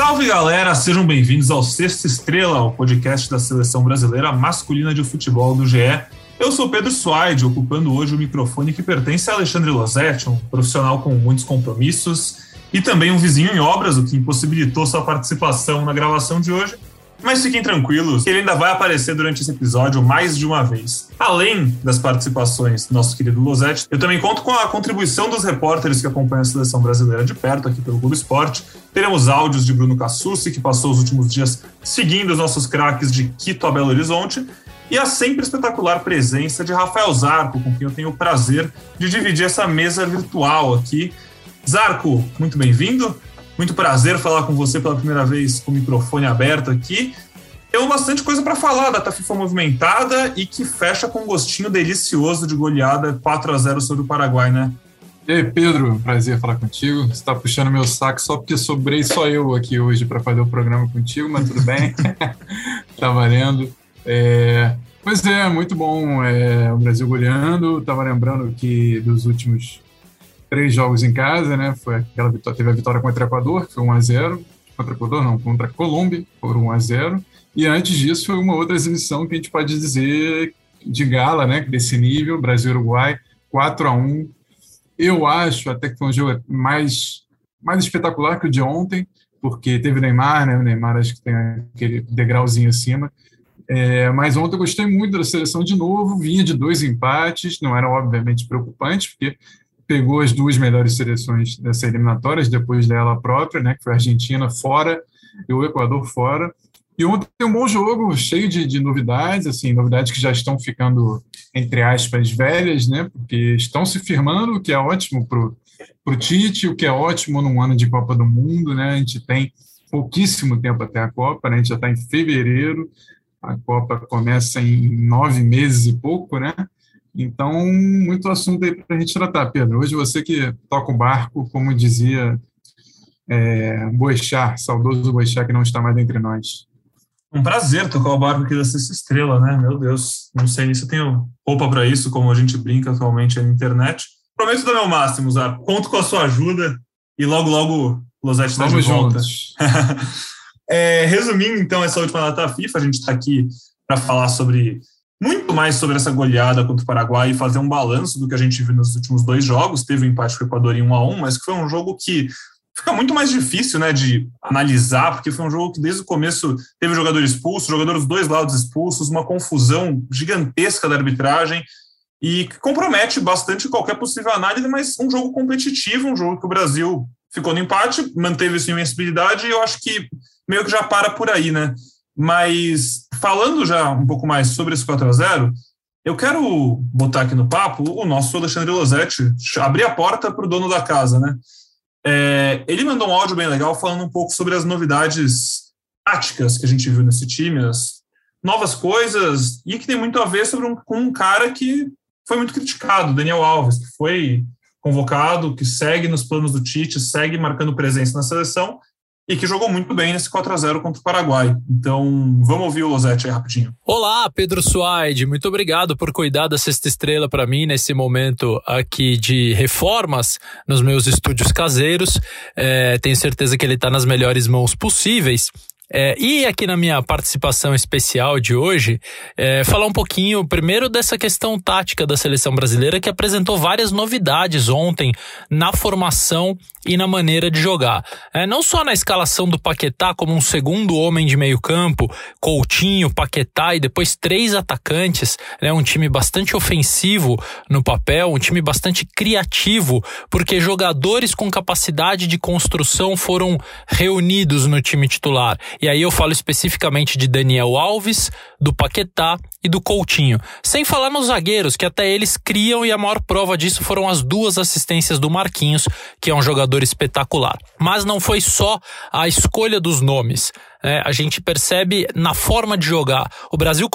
Salve galera, sejam bem-vindos ao Sexta Estrela, o podcast da Seleção Brasileira Masculina de Futebol do GE. Eu sou Pedro Suaide, ocupando hoje o microfone que pertence a Alexandre Losetti, um profissional com muitos compromissos e também um vizinho em obras, o que impossibilitou sua participação na gravação de hoje. Mas fiquem tranquilos, ele ainda vai aparecer durante esse episódio mais de uma vez. Além das participações do nosso querido Losetti, eu também conto com a contribuição dos repórteres que acompanham a Seleção Brasileira de perto aqui pelo Globo Esporte. Teremos áudios de Bruno Cassucci, que passou os últimos dias seguindo os nossos craques de Quito a Belo Horizonte, e a sempre espetacular presença de Rafael Zarco, com quem eu tenho o prazer de dividir essa mesa virtual aqui. Zarco, muito bem-vindo. Muito prazer falar com você pela primeira vez com o microfone aberto aqui. Temos bastante coisa para falar da FIFA movimentada e que fecha com um gostinho delicioso de goleada 4-0 sobre o Paraguai, né? E aí, Pedro, prazer falar contigo. Você está puxando meu saco só porque sobrei só eu aqui hoje para fazer o programa contigo, mas tudo bem. Tá valendo. Pois é, muito bom o Brasil goleando. Estava lembrando que dos últimos 3 jogos em casa, né? Foi aquela vitória, teve a vitória contra o Equador, que foi 1-0. Contra o Equador, não, contra a Colômbia, por 1-0. E antes disso foi uma outra exibição que a gente pode dizer de gala, né? Desse nível, Brasil-Uruguai, 4-1. Eu acho até que foi um jogo mais espetacular que o de ontem, porque teve o Neymar, né? O Neymar acho que tem aquele degrauzinho acima. Mas ontem eu gostei muito da seleção de novo, vinha de 2 empates, não era obviamente preocupante, porque pegou as 2 melhores seleções dessas eliminatórias, depois dela própria, né, que foi a Argentina fora e o Equador fora. E ontem tem um bom jogo, cheio de novidades, assim, novidades que já estão ficando, entre aspas, velhas, né, porque estão se firmando, o que é ótimo pro Tite, o que é ótimo num ano de Copa do Mundo, né, a gente tem pouquíssimo tempo até a Copa, né, a gente já está em fevereiro, a Copa começa em 9 meses e pouco, né. Então, muito assunto aí para a gente tratar, Pedro. Hoje você que toca o barco, como dizia Boechat, saudoso Boechat, que não está mais entre nós. Um prazer tocar o barco aqui da Sexta Estrela, né? Meu Deus, não sei nem se eu tenho roupa para isso, como a gente brinca atualmente na internet. Prometo dar meu máximo, Zé. Conto com a sua ajuda e logo o Losetti está de volta. Resumindo, então, essa última data da FIFA, a gente está aqui para falar muito mais sobre essa goleada contra o Paraguai e fazer um balanço do que a gente viu nos últimos 2 jogos. Teve um empate com o Equador em 1-1, mas que foi um jogo que fica muito mais difícil, né, de analisar, porque foi um jogo que desde o começo teve jogador expulso, jogador dos 2 lados expulsos, uma confusão gigantesca da arbitragem e que compromete bastante qualquer possível análise, mas um jogo competitivo, um jogo que o Brasil ficou no empate, manteve sua invencibilidade e eu acho que meio que já para por aí, né? Mas falando já um pouco mais sobre esse 4-0, eu quero botar aqui no papo o nosso Alexandre Losetti, abrir a porta para o dono da casa, né? Ele mandou um áudio bem legal falando um pouco sobre as novidades táticas que a gente viu nesse time, as novas coisas, e que tem muito a ver com um cara que foi muito criticado, Daniel Alves, que foi convocado, que segue nos planos do Tite, segue marcando presença na seleção, e que jogou muito bem nesse 4-0 contra o Paraguai. Então, vamos ouvir o Losetti aí rapidinho. Olá, Pedro Suaide. Muito obrigado por cuidar da Sexta Estrela para mim nesse momento aqui de reformas nos meus estúdios caseiros. Tenho certeza que ele está nas melhores mãos possíveis. E aqui na minha participação especial de hoje, falar um pouquinho primeiro dessa questão tática da seleção brasileira, que apresentou várias novidades ontem na formação e na maneira de jogar. Não só na escalação do Paquetá como um segundo homem de meio campo, Coutinho, Paquetá e depois 3 atacantes, um time bastante ofensivo no papel, um time bastante criativo, porque jogadores com capacidade de construção foram reunidos no time titular. E aí eu falo especificamente de Daniel Alves, do Paquetá e do Coutinho. Sem falar nos zagueiros, que até eles criam, e a maior prova disso foram as 2 assistências do Marquinhos, que é um jogador espetacular. Mas não foi só a escolha dos nomes. a gente percebe na forma de jogar. O Brasil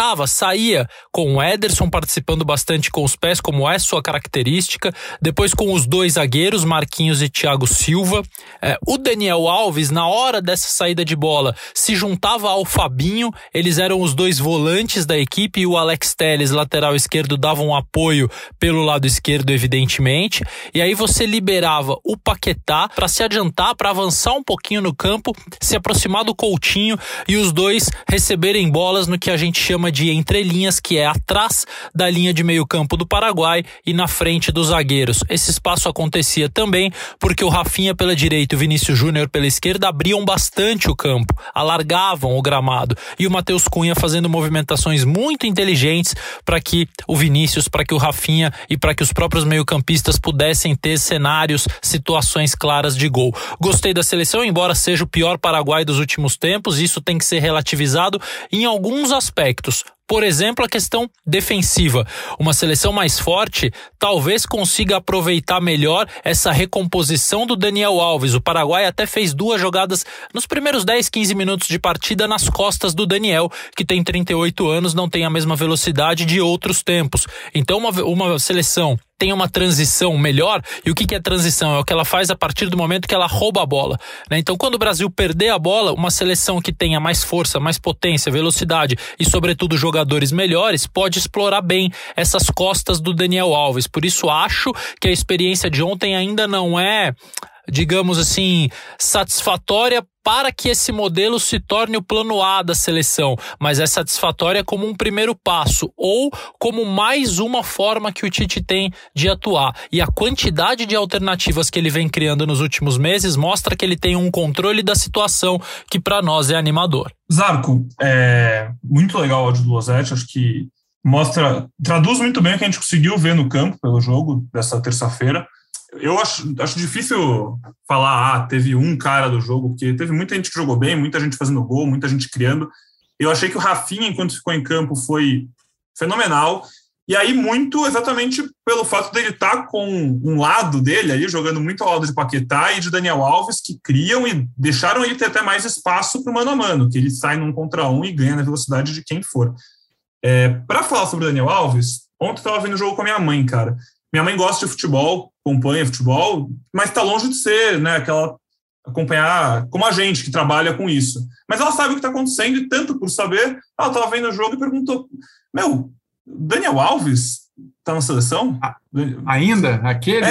saía com o Ederson participando bastante com os pés, como é sua característica, depois com os dois zagueiros, Marquinhos e Thiago Silva. O Daniel Alves, na hora dessa saída de bola, se juntava ao Fabinho, eles eram os dois volantes da equipe e o Alex Telles, lateral esquerdo, dava um apoio pelo lado esquerdo, evidentemente, e aí você liberava o Paquetá para se adiantar, para avançar um pouquinho no campo, se aproximar do Coutinho e os dois receberem bolas no que a gente chama de entrelinhas, que é atrás da linha de meio campo do Paraguai e na frente dos zagueiros. Esse espaço acontecia também porque o Rafinha pela direita e o Vinícius Júnior pela esquerda abriam bastante o campo, alargavam o gramado, e o Matheus Cunha fazendo movimentações muito inteligentes para que o Vinícius, para que o Rafinha e para que os próprios meio-campistas pudessem ter cenários, situações claras de gol. Gostei da seleção, embora seja o pior Paraguai dos últimos tempos, isso tem que ser relativizado em alguns aspectos. Por exemplo, a questão defensiva. Uma seleção mais forte talvez consiga aproveitar melhor essa recomposição do Daniel Alves. O Paraguai até fez 2 jogadas nos primeiros 10, 15 minutos de partida nas costas do Daniel, que tem 38 anos, não tem a mesma velocidade de outros tempos. Então uma seleção tem uma transição melhor, e o que é transição? É o que ela faz a partir do momento que ela rouba a bola, né? Então quando o Brasil perder a bola, uma seleção que tenha mais força, mais potência, velocidade e sobretudo jogadores melhores, pode explorar bem essas costas do Daniel Alves. Por isso acho que a experiência de ontem ainda não é, digamos assim, satisfatória para que esse modelo se torne o plano A da seleção, mas é satisfatória como um primeiro passo ou como mais uma forma que o Tite tem de atuar. E a quantidade de alternativas que ele vem criando nos últimos meses mostra que ele tem um controle da situação que para nós é animador. Zarco, muito legal o áudio do Losetti, acho que traduz muito bem o que a gente conseguiu ver no campo pelo jogo dessa terça-feira. Eu acho difícil falar, teve um cara do jogo, porque teve muita gente que jogou bem, muita gente fazendo gol, muita gente criando. Eu achei que o Rafinha, enquanto ficou em campo, foi fenomenal. E aí muito exatamente pelo fato dele estar com um lado dele ali, jogando muito ao lado de Paquetá e de Daniel Alves, que criam e deixaram ele ter até mais espaço para o mano a mano, que ele sai num contra um e ganha na velocidade de quem for. Para falar sobre o Daniel Alves, ontem eu estava vendo o jogo com a minha mãe, cara. Minha mãe gosta de futebol, acompanha futebol, mas está longe de ser, né, acompanhar como a gente que trabalha com isso. Mas ela sabe o que está acontecendo e tanto por saber, ela estava vendo o jogo e perguntou, Daniel Alves está na seleção? Ainda? Aquele?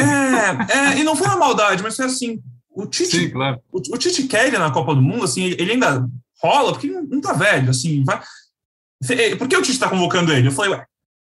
E não foi uma maldade, mas foi assim, o Tite, sim, claro. O Tite quer ele na Copa do Mundo, assim, ele ainda rola, porque não está velho, assim, vai... Por que o Tite está convocando ele? Eu falei,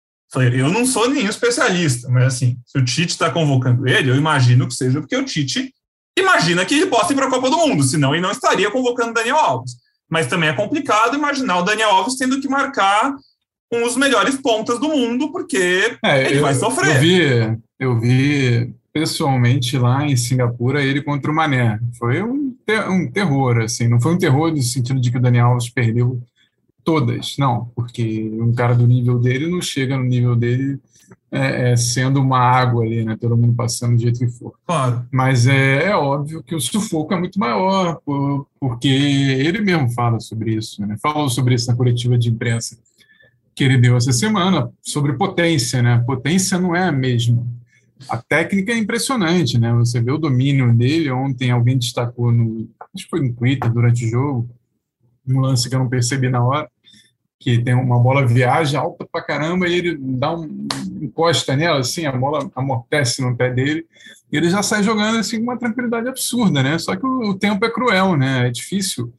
eu não sou nenhum especialista, mas assim, se o Tite está convocando ele, eu imagino que seja porque o Tite imagina que ele possa ir para a Copa do Mundo, senão ele não estaria convocando o Daniel Alves. Mas também é complicado imaginar o Daniel Alves tendo que marcar com os melhores pontas do mundo, porque ele vai sofrer. Eu vi pessoalmente lá em Singapura ele contra o Mané. Foi um terror, assim, não foi um terror no sentido de que o Daniel Alves perdeu todas, não, porque um cara do nível dele não chega no nível dele sendo uma água ali, né, todo mundo passando do jeito que for. Claro. Mas é óbvio que o sufoco é muito maior, porque ele mesmo fala sobre isso, né, falou sobre isso na coletiva de imprensa que ele deu essa semana, sobre potência, né, potência não é a mesma. A técnica é impressionante, né, você vê o domínio dele, ontem alguém destacou acho que foi no Twitter durante o jogo, um lance que eu não percebi na hora, que tem uma bola viaja alta pra caramba e ele dá encosta nela, assim, a bola amortece no pé dele e ele já sai jogando assim com uma tranquilidade absurda, né? Só que o tempo é cruel, né? É difícil.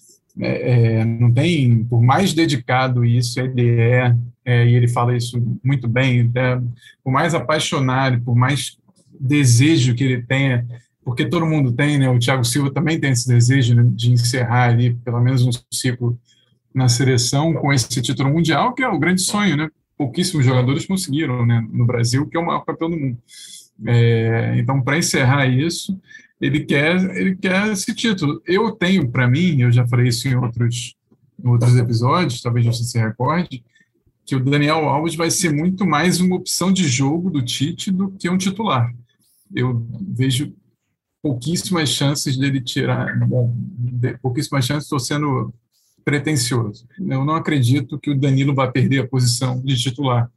Não tem, por mais dedicado isso ele e ele fala isso muito bem, por mais apaixonado, por mais desejo que ele tenha, porque todo mundo tem, né? O Thiago Silva também tem esse desejo, né, de encerrar ali pelo menos um ciclo na seleção com esse título mundial, que é o grande sonho, né? Pouquíssimos jogadores conseguiram, né, no Brasil, que é o maior campeão do mundo. Então, para encerrar isso, ele quer esse título. Eu tenho, para mim, eu já falei isso em outros episódios, talvez você se recorde, que o Daniel Alves vai ser muito mais uma opção de jogo do Tite do que um titular. Eu vejo pouquíssimas chances dele tirar. Bom, pouquíssimas chances, estou sendo pretencioso. Eu não acredito que o Danilo vai perder a posição de titular.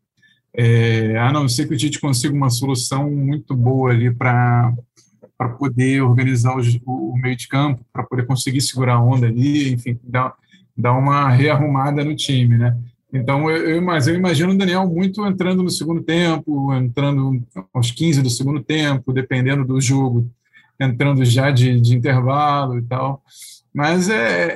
A não ser que o Tite consiga uma solução muito boa ali para poder organizar o meio de campo, para poder conseguir segurar a onda ali, enfim, dar uma rearrumada no time, né? Então, eu imagino o Daniel muito entrando no segundo tempo, entrando aos 15 do segundo tempo, dependendo do jogo, entrando já de intervalo e tal. Mas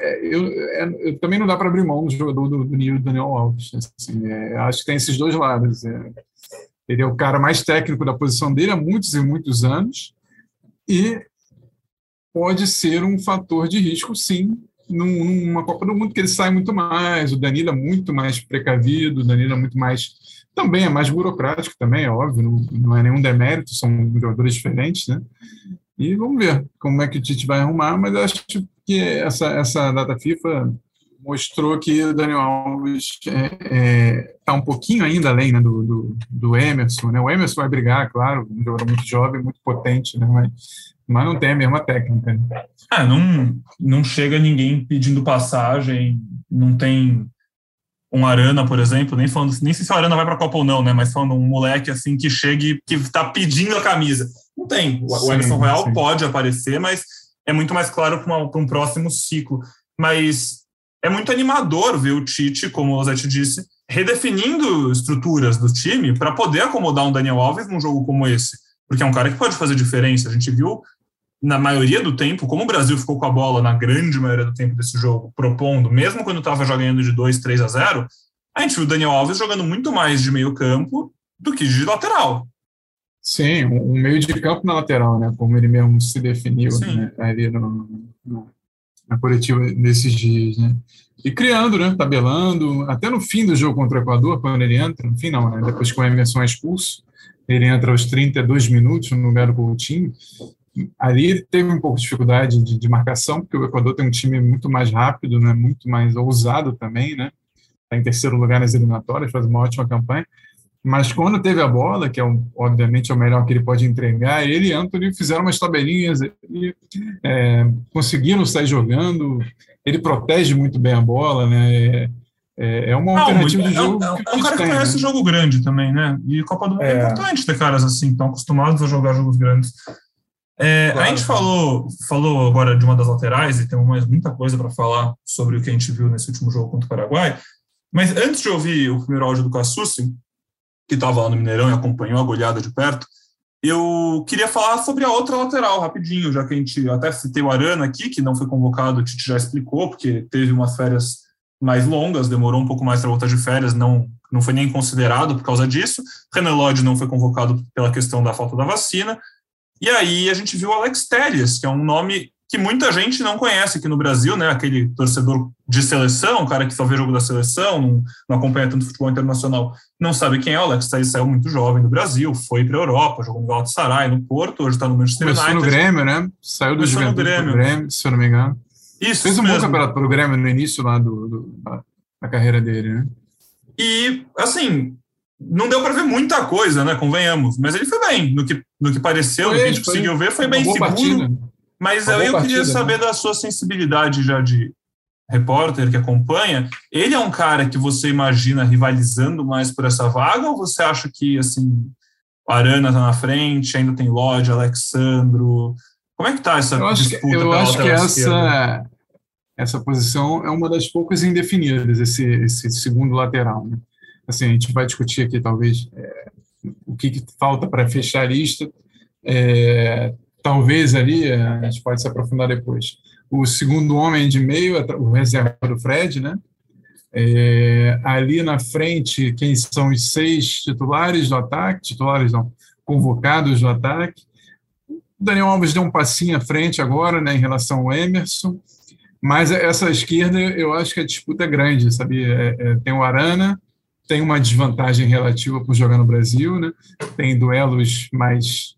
eu também não dá para abrir mão do jogador do nível do Daniel Alves. Assim, acho que tem esses dois lados. Ele é o cara mais técnico da posição dele há muitos e muitos anos e pode ser um fator de risco, sim, numa Copa do Mundo, que ele sai muito mais. O Danilo é muito mais precavido, o Danilo é muito mais... Também é mais burocrático, também, é óbvio, não é nenhum demérito, são jogadores diferentes, né? E vamos ver como é que o Tite vai arrumar, mas acho que essa data FIFA mostrou que o Daniel Alves está um pouquinho ainda além, né, do Emerson, né? O Emerson vai brigar, claro, um jogador muito jovem, muito potente, né? Mas não tem a mesma técnica, né? Não chega ninguém pedindo passagem, não tem um Arana, por exemplo, nem sei se o Arana vai para a Copa ou não, né? Mas falando um moleque assim que chegue, que está pedindo a camisa. Não tem. O Emerson Royal pode aparecer, mas é muito mais claro para um próximo ciclo. Mas é muito animador ver o Tite, como o Zete disse, redefinindo estruturas do time para poder acomodar um Daniel Alves num jogo como esse. Porque é um cara que pode fazer diferença. A gente viu, na maioria do tempo, como o Brasil ficou com a bola na grande maioria do tempo desse jogo, propondo, mesmo quando estava já ganhando de 2-3-0, a gente viu o Daniel Alves jogando muito mais de meio campo do que de lateral. Sim, um meio de campo na lateral, né? Como ele mesmo se definiu, né? Ali na coletiva nesses dias, né? E criando, né? Tabelando, até no fim do jogo contra o Equador, quando ele entra, no fim não, né? Depois que o Emerson é expulso, ele entra aos 32 minutos no lugar do Coutinho. Ali ele teve um pouco de dificuldade de marcação, porque o Equador tem um time muito mais rápido, né? Muito mais ousado também, né? Está em terceiro lugar nas eliminatórias, faz uma ótima campanha. Mas quando teve a bola, que obviamente é o melhor que ele pode entregar, ele e Antony fizeram umas tabelinhas e conseguiram sair jogando. Ele protege muito bem a bola, né? É uma alternativa de jogo. É um cara que conhece o jogo grande também, né? E Copa do Mundo é importante ter caras assim, estão acostumados a jogar jogos grandes. Claro. A gente falou agora de uma das laterais e temos mais muita coisa para falar sobre o que a gente viu nesse último jogo contra o Paraguai. Mas antes de ouvir o primeiro áudio do Cassucci, que estava lá no Mineirão e acompanhou a goleada de perto, eu queria falar sobre a outra lateral, rapidinho, já que a gente até citei o Arana aqui, que não foi convocado, o Tite já explicou, porque teve umas férias mais longas, demorou um pouco mais para voltar de férias, não foi nem considerado por causa disso. Renan Lodge não foi convocado pela questão da falta da vacina. E aí a gente viu o Alex Telles, que é um nome que muita gente não conhece aqui no Brasil, né? Aquele torcedor de seleção, um cara que só vê jogo da seleção, não acompanha tanto futebol internacional, não sabe quem é. O Alex Telles saiu muito jovem do Brasil, foi para a Europa, jogou no Galatasaray, no Porto, hoje está no Manchester United. Começou no Grêmio, né? Saiu do Juventude pro Grêmio, se eu não me engano. Isso, fez um bom campeonato pro Grêmio no início lá da carreira dele, né? E, assim, não deu para ver muita coisa, né? Convenhamos, mas ele foi bem, no que pareceu, no que a gente conseguiu ver, foi bem seguro. Partida. Mas aí eu queria saber da sua sensibilidade já de repórter que acompanha. Ele é um cara que você imagina rivalizando mais por essa vaga, ou você acha que, assim, o Arana está na frente, ainda tem Lodge, Alexandro? Como é que está essa disputa? Eu acho que essa posição é uma das poucas indefinidas, esse segundo lateral, né? Assim, a gente vai discutir aqui, talvez, o que falta para fechar a lista. Talvez ali, a gente pode se aprofundar depois. O segundo homem de meio, o reserva do Fred, né? Ali na frente, quem são os 6 titulares do ataque? Titulares não, convocados do ataque. O Daniel Alves deu um passinho à frente agora, né, em relação ao Emerson, mas essa esquerda, eu acho que a disputa é grande, sabe? Tem o Arana, tem uma desvantagem relativa por jogar no Brasil, né? Tem duelos mais...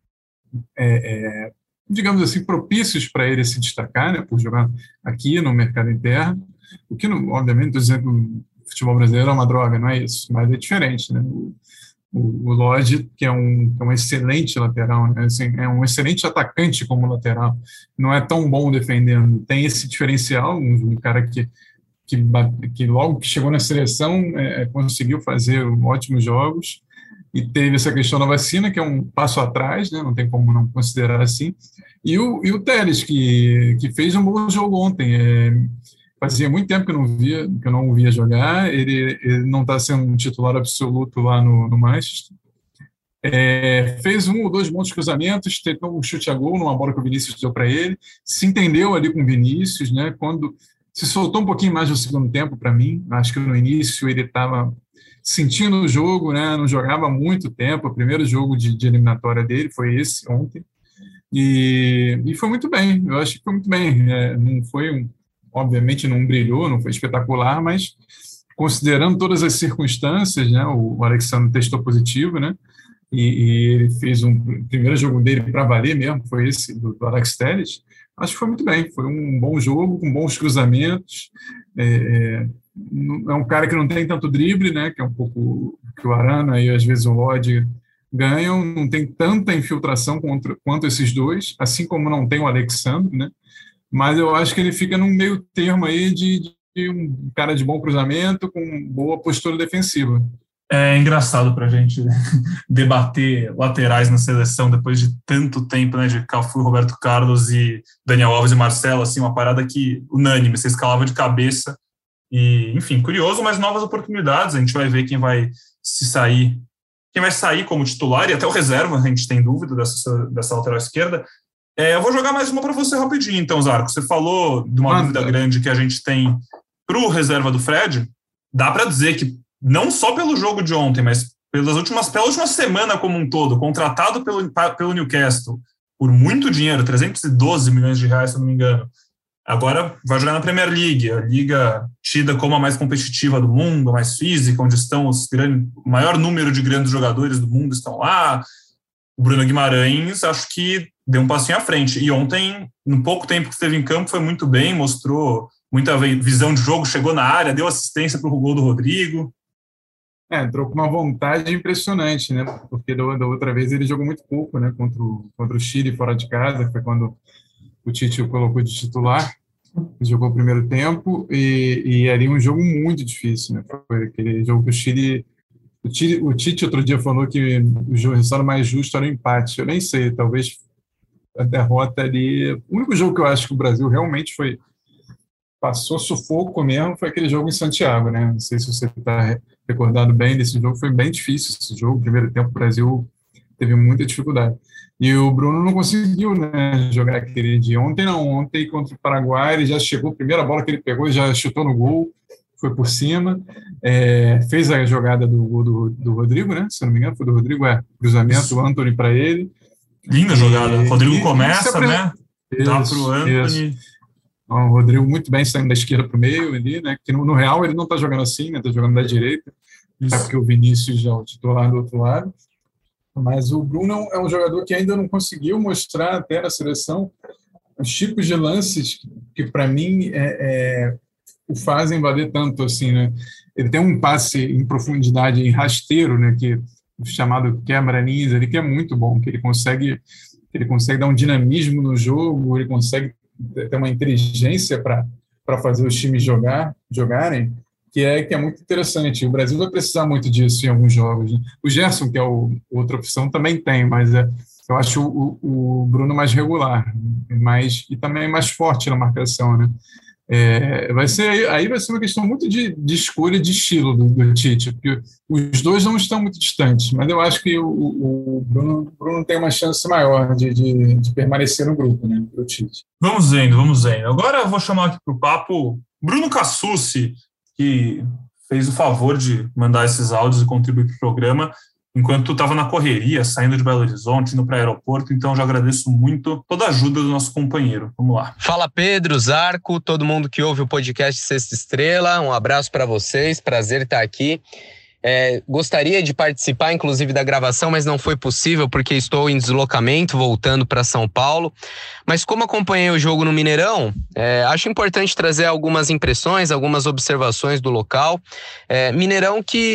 digamos assim, propícios para ele se destacar, né, por jogar aqui no mercado interno, o que, obviamente, estou dizendo que o futebol brasileiro é uma droga, não é isso, mas é diferente, né? o Lodge, que é um excelente lateral, né? Assim, é um excelente atacante como lateral, não é tão bom defendendo, tem esse diferencial, um cara que logo que chegou na seleção conseguiu fazer ótimos jogos, e teve essa questão da vacina, que é um passo atrás, né? Não tem como não considerar assim, e o Telles, que fez um bom jogo ontem. Fazia muito tempo que eu não o via jogar. Ele não está sendo um titular absoluto lá no Manchester. Fez 1 ou 2 bons cruzamentos, tentou um chute a gol numa bola que o Vinícius deu para ele, se entendeu ali com o Vinícius, né? Quando se soltou um pouquinho mais no segundo tempo, para mim, acho que no início ele estava sentindo o jogo, né? Não jogava há muito tempo. O primeiro jogo de eliminatória dele foi esse ontem, e foi muito bem. Eu acho que foi muito bem. Não foi obviamente não brilhou, não foi espetacular, mas considerando todas as circunstâncias, né, o Alexandre testou positivo, né, e ele fez o primeiro jogo dele para valer mesmo, foi esse do Alex Telles. Acho que foi muito bem, foi um bom jogo, com bons cruzamentos. É um cara que não tem tanto drible, né, que é um pouco que o Arana e às vezes o Lodge ganham, não tem tanta infiltração quanto esses dois, assim como não tem o Alexandre, né. Mas eu acho que ele fica num meio termo aí de um cara de bom cruzamento com boa postura defensiva. É engraçado para a gente debater laterais na seleção depois de tanto tempo, né, de Cafu, Roberto Carlos e Daniel Alves e Marcelo, assim, uma parada que unânime, você escalava de cabeça. E, enfim, curioso, mas novas oportunidades. A gente vai ver quem vai sair como titular, e até o reserva, a gente tem dúvida dessa lateral esquerda. Eu vou jogar mais uma para você rapidinho, então, Zarco. Você falou de uma dúvida grande que a gente tem para o reserva do Fred. Dá para dizer que, não só pelo jogo de ontem, mas pela última semana como um todo, contratado pelo Newcastle por muito dinheiro, 312 milhões de reais, se eu não me engano, agora vai jogar na Premier League, a liga tida como a mais competitiva do mundo, a mais física, onde estão o maior número de grandes jogadores do mundo estão lá. O Bruno Guimarães, acho que deu um passinho à frente. E ontem, no pouco tempo que esteve em campo, foi muito bem, mostrou muita visão de jogo, chegou na área, deu assistência para o gol do Rodrigo. Entrou com uma vontade impressionante, né? Porque da outra vez ele jogou muito pouco, né? Contra o Chile fora de casa, foi quando o Tite o colocou de titular. Ele jogou o primeiro tempo e ali um jogo muito difícil, né? Foi aquele jogo que o Chile... O Tite outro dia falou que o resultado mais justo era o empate. Eu nem sei, talvez a derrota ali... O único jogo que eu acho que o Brasil realmente passou sufoco mesmo foi aquele jogo em Santiago, né? Não sei se você está recordado bem desse jogo, foi bem difícil esse jogo. No primeiro tempo o Brasil teve muita dificuldade. E o Bruno não conseguiu, né, jogar aquele dia. Ontem contra o Paraguai, ele já chegou, a primeira bola que ele pegou, já chutou no gol, foi por cima, fez a jogada do gol do Rodrigo, né? Se eu não me engano, foi do Rodrigo, cruzamento, o Antony para ele. Linda jogada. O Rodrigo começa, né? Dá para o Antony. O Rodrigo muito bem saindo da esquerda para o meio ali, né? Que no real ele não está jogando assim, né? Está jogando da direita, porque o Vinícius já é o titular do outro lado. Mas o Bruno é um jogador que ainda não conseguiu mostrar até na seleção os tipos de lances que para mim o fazem valer tanto assim, né? Ele tem um passe em profundidade, em rasteiro, né? Que chamado quebra-linhas, ele que é muito bom, que ele consegue dar um dinamismo no jogo, ele consegue ter uma inteligência para fazer os times jogarem, que é muito interessante. O Brasil vai precisar muito disso em alguns jogos, né? O Gerson, que é outra opção, também tem, mas eu acho o Bruno mais regular, e também mais forte na marcação, né? Vai ser uma questão muito de escolha de estilo do Tite, porque os dois não estão muito distantes, mas eu acho que o Bruno tem uma chance maior de permanecer no grupo, né, pro Tite. Vamos vendo. Agora eu vou chamar aqui para o papo Bruno Cassucci, que fez o favor de mandar esses áudios e contribuir para o programa, enquanto estava na correria, saindo de Belo Horizonte, indo para o aeroporto. Então, já agradeço muito toda a ajuda do nosso companheiro. Vamos lá. Fala, Pedro, Zarco, todo mundo que ouve o podcast Sexta Estrela. Um abraço para vocês, prazer estar aqui. Gostaria de participar, inclusive, da gravação, mas não foi possível porque estou em deslocamento, voltando para São Paulo. Mas como acompanhei o jogo no Mineirão, acho importante trazer algumas impressões, algumas observações do local. Mineirão que,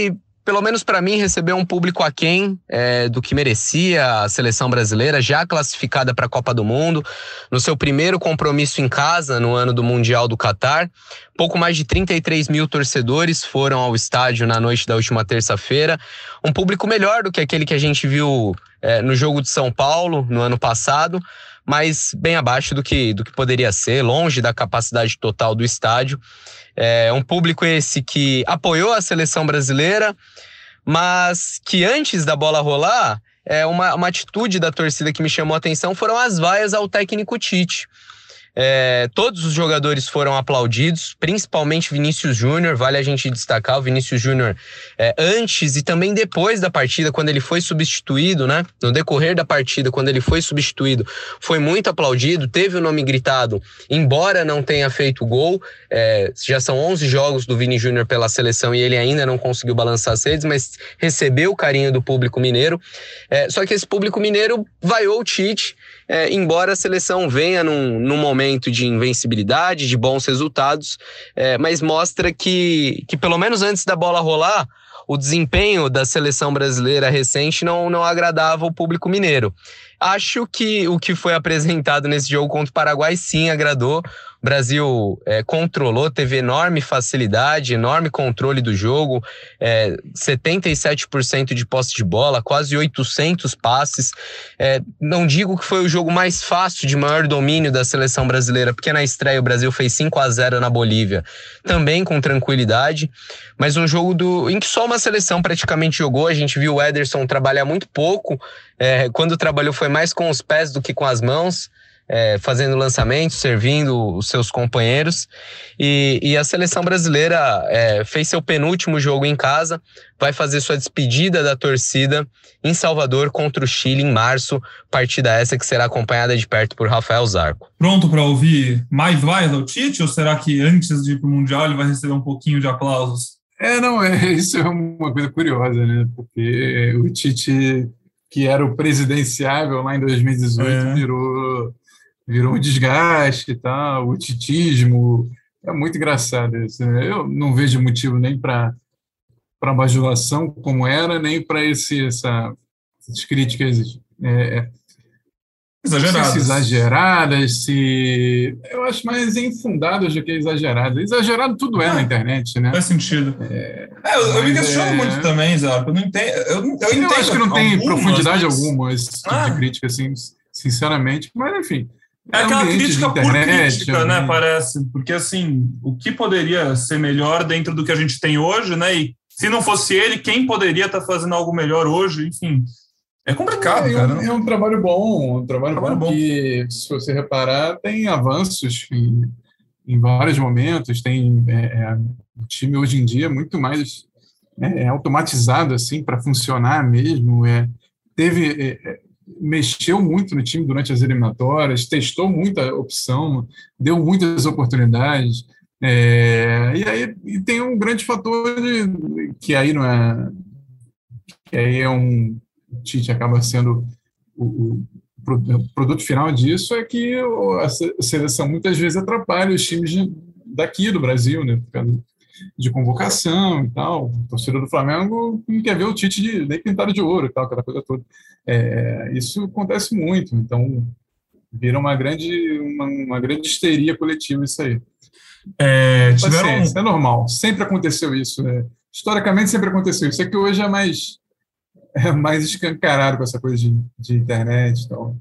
pelo menos para mim, recebeu um público aquém do que merecia a seleção brasileira, já classificada para a Copa do Mundo, no seu primeiro compromisso em casa, no ano do Mundial do Catar. Pouco mais de 33 mil torcedores foram ao estádio na noite da última terça-feira. Um público melhor do que aquele que a gente viu no jogo de São Paulo, no ano passado, mas bem abaixo do que poderia ser, longe da capacidade total do estádio. Um público esse que apoiou a seleção brasileira, mas que antes da bola rolar, uma atitude da torcida que me chamou a atenção foram as vaias ao técnico Tite. Todos os jogadores foram aplaudidos, principalmente Vinícius Júnior. Vale a gente destacar o Vinícius Júnior antes e também depois da partida, quando ele foi substituído, né? No decorrer da partida, quando ele foi substituído, foi muito aplaudido, teve o nome gritado, embora não tenha feito gol. Já são 11 jogos do Vini Júnior pela seleção e ele ainda não conseguiu balançar as redes, mas recebeu o carinho do público mineiro. Só que esse público mineiro vaiou o Tite, embora a seleção venha num momento de invencibilidade, de bons resultados, mas mostra que pelo menos antes da bola rolar, o desempenho da seleção brasileira recente não agradava o público mineiro. Acho que o que foi apresentado nesse jogo contra o Paraguai sim agradou. O Brasil controlou, teve enorme facilidade, enorme controle do jogo, 77% de posse de bola, quase 800 passes. Não digo que foi o jogo mais fácil, de maior domínio da seleção brasileira, porque na estreia o Brasil fez 5-0 na Bolívia, também com tranquilidade, mas um jogo em que só uma seleção praticamente jogou. A gente viu o Ederson trabalhar muito pouco, quando trabalhou foi mais com os pés do que com as mãos, fazendo lançamentos, servindo os seus companheiros, e a seleção brasileira fez seu penúltimo jogo em casa, vai fazer sua despedida da torcida em Salvador contra o Chile em março, partida essa que será acompanhada de perto por Rafael Zarco. Pronto para ouvir mais vaias ao Tite, ou será que antes de ir para o Mundial ele vai receber um pouquinho de aplausos? Isso é uma coisa curiosa, né? Porque o Tite, que era o presidenciável lá em 2018, virou um desgaste e tal, o titismo. É muito engraçado isso, né? Eu não vejo motivo nem para bajulação como era, nem para essas críticas exageradas, eu acho mais infundadas do que exageradas. Exagerado tudo na internet, né? Faz sentido. Eu me questiono muito também, Zé. Eu não entendo. Eu acho que não tem profundidade alguma esse tipo de crítica, assim, sinceramente, mas enfim. Aquela crítica por crítica, né, parece. Porque, assim, o que poderia ser melhor dentro do que a gente tem hoje, né? E se não fosse ele, quem poderia estar fazendo algo melhor hoje? Enfim, é complicado, cara. É um trabalho bom, que, se você reparar, tem avanços em vários momentos. Tem o time hoje em dia muito mais automatizado, assim, para funcionar mesmo. Mexeu muito no time durante as eliminatórias, testou muita opção, deu muitas oportunidades, e tem um grande fator que aí não é, que aí o Tite acaba sendo o produto final disso, é que a seleção muitas vezes atrapalha os times daqui do Brasil, né, por causa de convocação e tal. O torcedor do Flamengo não quer ver o Tite nem pintado de ouro e tal, aquela coisa toda. Isso acontece muito, então vira uma grande histeria coletiva isso aí. É normal, sempre aconteceu isso. Historicamente sempre aconteceu isso, é que hoje é mais escancarado com essa coisa de internet e tal.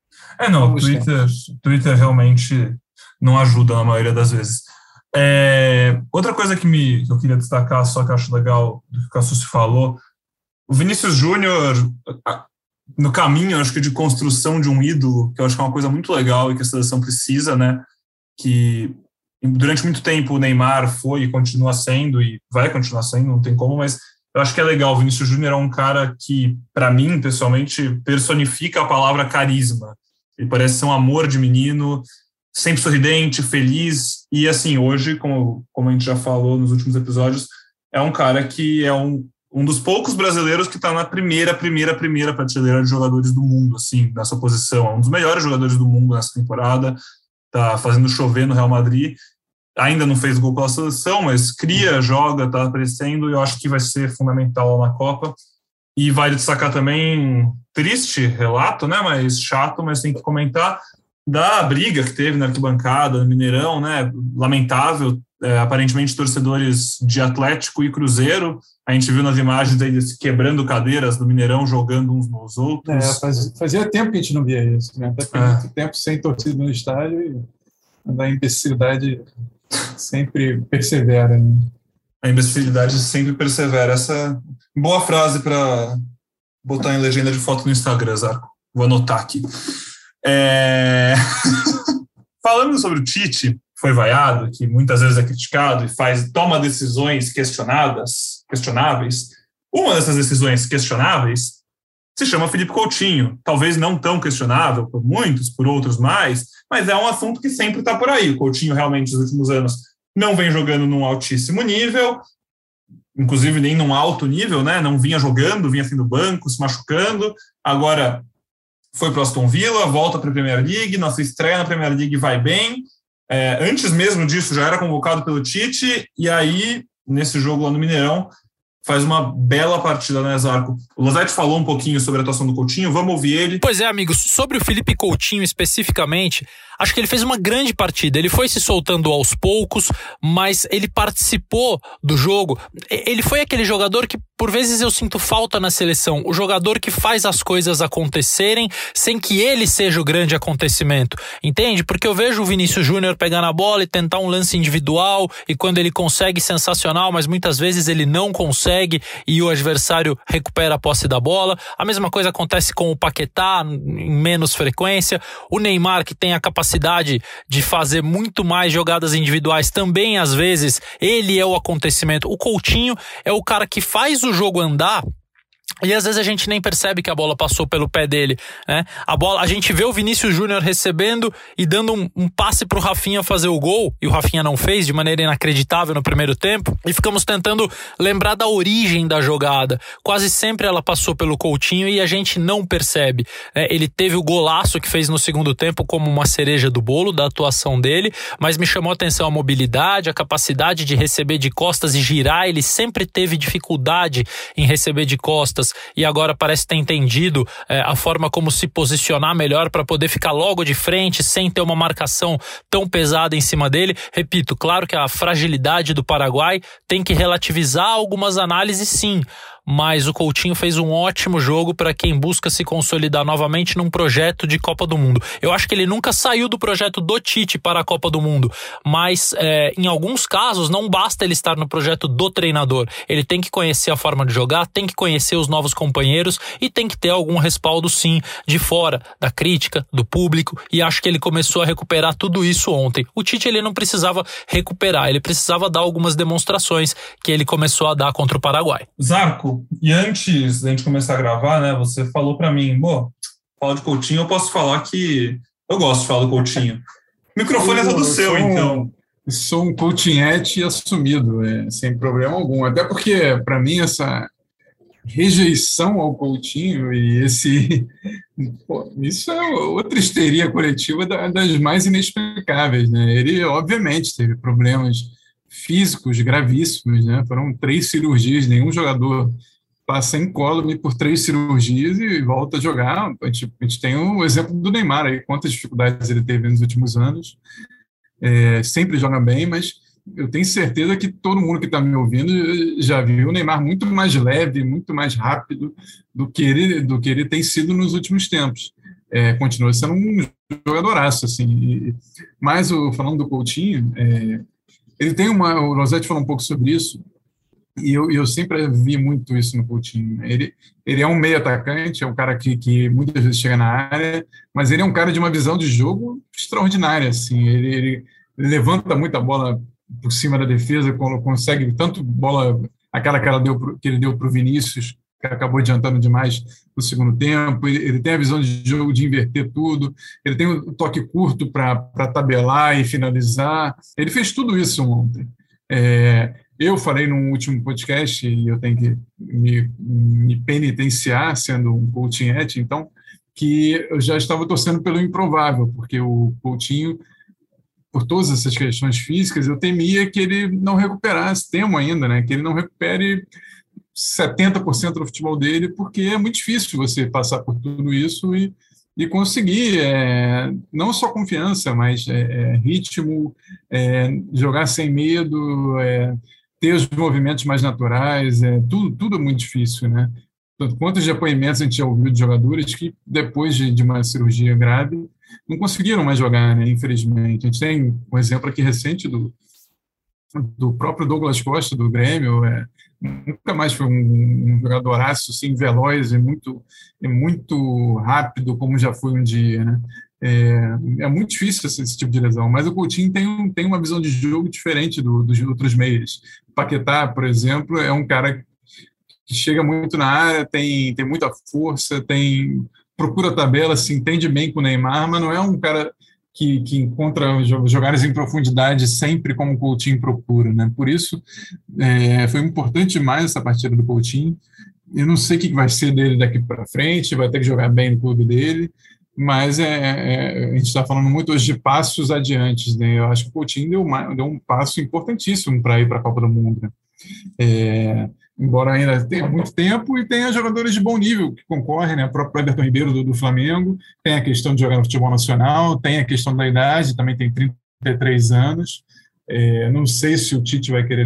O Twitter realmente não ajuda na maioria das vezes. Outra coisa que eu queria destacar, só que eu acho legal do que o Cassucci falou, o Vinícius Júnior, no caminho, acho que de construção de um ídolo, que eu acho que é uma coisa muito legal e que a seleção precisa, né? Que durante muito tempo o Neymar foi e continua sendo, e vai continuar sendo, não tem como, mas eu acho que é legal. O Vinícius Júnior é um cara que, para mim, pessoalmente, personifica a palavra carisma. Ele parece ser um amor de menino, sempre sorridente, feliz, e assim, hoje, como a gente já falou nos últimos episódios, é um cara que é um dos poucos brasileiros que está na primeira prateleira de jogadores do mundo, assim, nessa posição. É um dos melhores jogadores do mundo nessa temporada, está fazendo chover no Real Madrid, ainda não fez gol pela seleção, mas cria, joga, está aparecendo, e eu acho que vai ser fundamental na Copa. E vale destacar também, triste relato, né, mas chato, mas tem que comentar, da briga que teve na arquibancada, no Mineirão, né, lamentável, aparentemente torcedores de Atlético e Cruzeiro, a gente viu nas imagens eles quebrando cadeiras do Mineirão, jogando uns nos outros. Fazia tempo que a gente não via isso, né, até muito tempo sem torcida no estádio, e a imbecilidade sempre persevera, né? A imbecilidade sempre persevera. Essa boa frase para botar em legenda de foto no Instagram, Zarco. Vou anotar aqui. Falando sobre o Tite, foi vaiado, que muitas vezes é criticado e toma decisões questionáveis. Uma dessas decisões questionáveis se chama Felipe Coutinho. Talvez não tão questionável por muitos, por outros mais, mas é um assunto que sempre está por aí. O Coutinho realmente, nos últimos anos, não vem jogando num altíssimo nível, inclusive nem num alto nível, né? Não vinha jogando, vinha sendo banco, se machucando. Agora foi para o Aston Villa, volta para a Premier League, nossa estreia na Premier League vai bem. Antes mesmo disso, já era convocado pelo Tite, e aí, nesse jogo lá no Mineirão, faz uma bela partida, né, Zarco? O Losetti falou um pouquinho sobre a atuação do Coutinho, vamos ouvir ele. Pois é, amigos, sobre o Felipe Coutinho especificamente, acho que ele fez uma grande partida. Ele foi se soltando aos poucos, mas ele participou do jogo. Ele foi aquele jogador que, por vezes, eu sinto falta na seleção. O jogador que faz as coisas acontecerem sem que ele seja o grande acontecimento. Entende? Porque eu vejo o Vinícius Júnior pegar na bola e tentar um lance individual, e quando ele consegue, sensacional, mas muitas vezes ele não consegue e o adversário recupera a posse da bola. A mesma coisa acontece com o Paquetá, em menos frequência. O Neymar, que tem a capacidade de fazer muito mais jogadas individuais, também às vezes ele é o acontecimento. O Coutinho é o cara que faz o jogo andar, e às vezes a gente nem percebe que a bola passou pelo pé dele, né? A gente vê o Vinícius Júnior recebendo e dando um passe pro Rafinha fazer o gol, e o Rafinha não fez de maneira inacreditável no primeiro tempo, e ficamos tentando lembrar da origem da jogada. Quase sempre ela passou pelo Coutinho e a gente não percebe, né? Ele teve o golaço que fez no segundo tempo como uma cereja do bolo da atuação dele, mas me chamou a atenção a mobilidade, a capacidade de receber de costas e girar. Ele sempre teve dificuldade em receber de costas, e agora parece ter entendido a forma como se posicionar melhor para poder ficar logo de frente sem ter uma marcação tão pesada em cima dele. Repito, claro que a fragilidade do Paraguai tem que relativizar algumas análises, sim, mas o Coutinho fez um ótimo jogo para quem busca se consolidar novamente num projeto de Copa do Mundo. Eu acho que ele nunca saiu do projeto do Tite para a Copa do Mundo, mas em alguns casos não basta ele estar no projeto do treinador. Ele tem que conhecer a forma de jogar, tem que conhecer os novos companheiros e tem que ter algum respaldo, sim, de fora, da crítica, do público, e acho que ele começou a recuperar tudo isso ontem. O Tite, ele não precisava recuperar, ele precisava dar algumas demonstrações que ele começou a dar contra o Paraguai. Zarco, e antes da gente começar a gravar, né, você falou para mim, fala de Coutinho, eu posso falar que eu gosto de falar do Coutinho. O microfone é todo seu, então. Sou um coutinhete assumido, sem problema algum. Até porque, para mim, essa rejeição ao Coutinho e isso é outra histeria coletiva das mais inexplicáveis, né? Ele, obviamente, teve problemas físicos gravíssimos, né? Foram 3 cirurgias, nenhum jogador passa incólume por 3 cirurgias e volta a jogar. A gente tem o exemplo do Neymar aí, quantas dificuldades ele teve nos últimos anos. Sempre joga bem, mas eu tenho certeza que todo mundo que está me ouvindo já viu o Neymar muito mais leve, muito mais rápido do que ele tem sido nos últimos tempos. Continua sendo um jogadoraço, assim. Mas falando do Coutinho, ele tem o Losetti falou um pouco sobre isso, e eu sempre vi muito isso no Coutinho. Ele é um meio atacante, é um cara que muitas vezes chega na área, mas ele é um cara de uma visão de jogo extraordinária, assim. Ele levanta muita bola por cima da defesa, consegue tanto bola, aquela que ele deu para o Vinícius, que acabou adiantando demais no segundo tempo. Ele tem a visão de jogo de inverter tudo, ele tem o toque curto para tabelar e finalizar. Ele fez tudo isso ontem. Eu falei no último podcast, e eu tenho que me penitenciar, sendo um coutinhete, então, que eu já estava torcendo pelo improvável, porque o Coutinho por todas essas questões físicas, eu temia que ele não recuperasse, temo ainda, né, que ele não recupere 70% do futebol dele, porque é muito difícil você passar por tudo isso e conseguir não só confiança, mas ritmo, jogar sem medo, ter os movimentos mais naturais, tudo é muito difícil, né? Quantos depoimentos a gente já ouviu de jogadores que, depois de uma cirurgia grave, não conseguiram mais jogar, né? Infelizmente. A gente tem um exemplo aqui recente do próprio Douglas Costa, do Grêmio, nunca mais foi um jogadoraço assim, veloz e muito rápido como já foi um dia, né? É muito difícil esse tipo de lesão, mas o Coutinho tem uma visão de jogo diferente dos outros meias. O Paquetá, por exemplo, é um cara que chega muito na área, tem muita força, procura a tabela, se entende bem com o Neymar, mas não é um cara que encontra jogadas em profundidade sempre como o Coutinho procura, né? Por isso, foi importante demais essa partida do Coutinho. Eu não sei o que vai ser dele daqui para frente, vai ter que jogar bem no clube dele, mas a gente está falando muito hoje de passos adiante, né? Eu acho que o Coutinho deu um passo importantíssimo para ir para a Copa do Mundo, né? Embora ainda tenha muito tempo e tenha jogadores de bom nível que concorrem, né? O próprio Everton Ribeiro do Flamengo, tem a questão de jogar no futebol nacional, tem a questão da idade, também tem 33 anos. Não sei se o Tite vai querer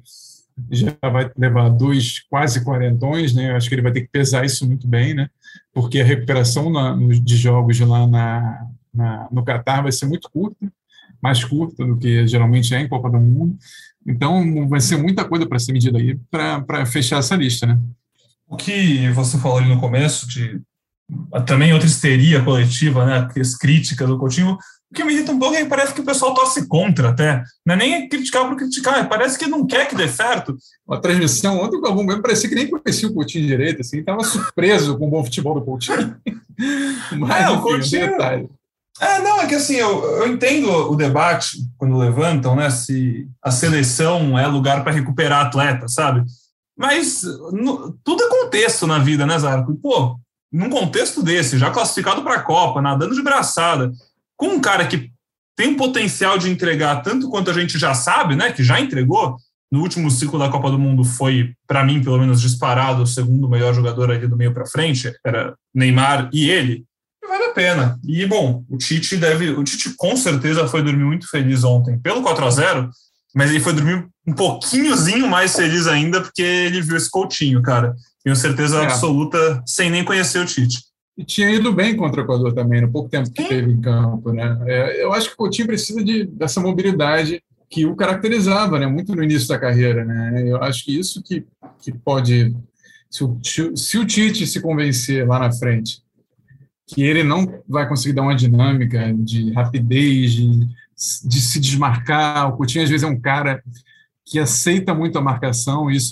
já vai levar 2 quase quarentões, né? Eu acho que ele vai ter que pesar isso muito bem, né? Porque a recuperação de jogos lá no Catar vai ser muito curta, mais curta do que geralmente em Copa do Mundo. Então, vai ser muita coisa para ser medida aí para fechar essa lista, né? O que você falou ali no começo, de também outra histeria coletiva, né? As críticas do Coutinho, o que me irrita um pouco é que parece que o pessoal torce contra até. Não é nem criticar por criticar, parece que não quer que dê certo. A transmissão ontem, o Galvão parecia que nem conhecia o Coutinho direito, assim, estava surpreso com o bom futebol do Coutinho. Mas, o Coutinho... detalhe. É que assim, eu entendo o debate quando levantam, né, se a seleção é lugar para recuperar atleta, sabe? Mas tudo é contexto na vida, né, Zarco? E, pô, num contexto desse, já classificado para a Copa, nadando de braçada, com um cara que tem um potencial de entregar tanto quanto a gente já sabe, né, que já entregou, no último ciclo da Copa do Mundo foi, para mim, pelo menos disparado, o segundo melhor jogador ali do meio para frente, era Neymar e ele. Vale a pena. E, bom, o Tite com certeza foi dormir muito feliz ontem pelo 4-0, mas ele foi dormir um pouquinhozinho mais feliz ainda porque ele viu esse Coutinho, cara. Tenho certeza absoluta, sem nem conhecer o Tite. E tinha ido bem contra o Equador também, no pouco tempo que teve em campo, né? Eu acho que o Coutinho precisa dessa mobilidade que o caracterizava, né? Muito no início da carreira, né? Eu acho que isso que pode... Se o Tite se convencer lá na frente que ele não vai conseguir dar uma dinâmica de rapidez, de se desmarcar. O Coutinho, às vezes, é um cara que aceita muito a marcação, e isso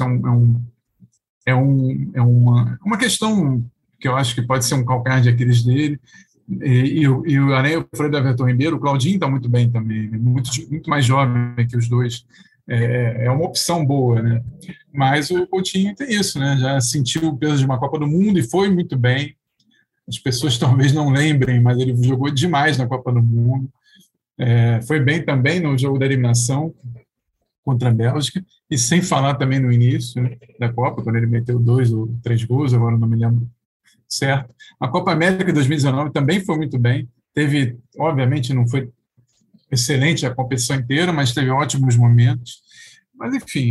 é uma questão que eu acho que pode ser um calcanhar de Aquiles dele. E eu falei do Everton Ribeiro, o Claudinho está muito bem também, muito mais jovem que os dois. É uma opção boa, né? Mas o Coutinho tem isso, né? Já sentiu o peso de uma Copa do Mundo e foi muito bem. As pessoas talvez não lembrem, mas ele jogou demais na Copa do Mundo. Foi bem também no jogo da eliminação contra a Bélgica, e sem falar também no início, né, da Copa, quando ele meteu 2 ou 3 gols, agora não me lembro certo. A Copa América de 2019 também foi muito bem. Obviamente, não foi excelente a competição inteira, mas teve ótimos momentos. Mas, enfim,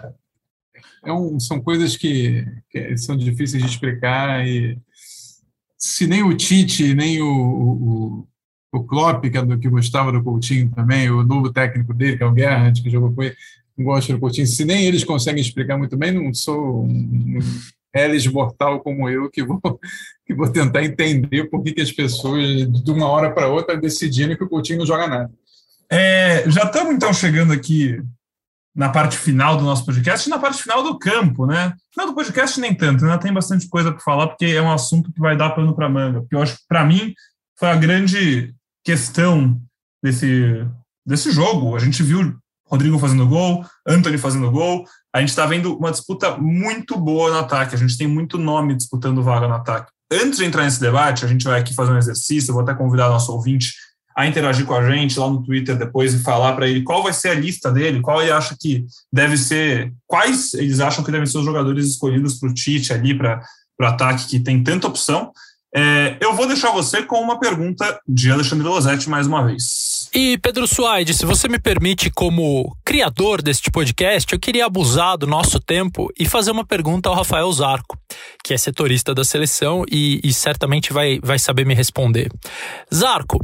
são coisas que são difíceis de explicar, e se nem o Tite, nem o Klopp, que gostava do Coutinho também, o novo técnico dele, que é o Gerrard, que jogou com ele, gosta do Coutinho, se nem eles conseguem explicar muito bem, não sou um Elis mortal como eu, que vou tentar entender por que as pessoas, de uma hora para outra, decidiram que o Coutinho não joga nada. Já estamos, então, chegando aqui na parte final do nosso podcast e na parte final do campo, né? Não do podcast nem tanto, né? Tem bastante coisa para falar, porque é um assunto que vai dar pano para manga. Porque eu acho que, para mim, foi a grande questão desse jogo. A gente viu Rodrigo fazendo gol, Antony fazendo gol. A gente está vendo uma disputa muito boa no ataque. A gente tem muito nome disputando vaga no ataque. Antes de entrar nesse debate, a gente vai aqui fazer um exercício. Eu vou até convidar nosso ouvinte a interagir com a gente lá no Twitter depois e falar para ele qual vai ser a lista dele, qual ele acha que deve ser, quais eles acham que devem ser os jogadores escolhidos para o Tite ali, para o ataque que tem tanta opção. Eu vou deixar você com uma pergunta de Alexandre Losetti mais uma vez. E Pedro Suaide, se você me permite, como criador deste podcast, eu queria abusar do nosso tempo e fazer uma pergunta ao Rafael Zarco, que é setorista da seleção e certamente vai saber me responder. Zarco,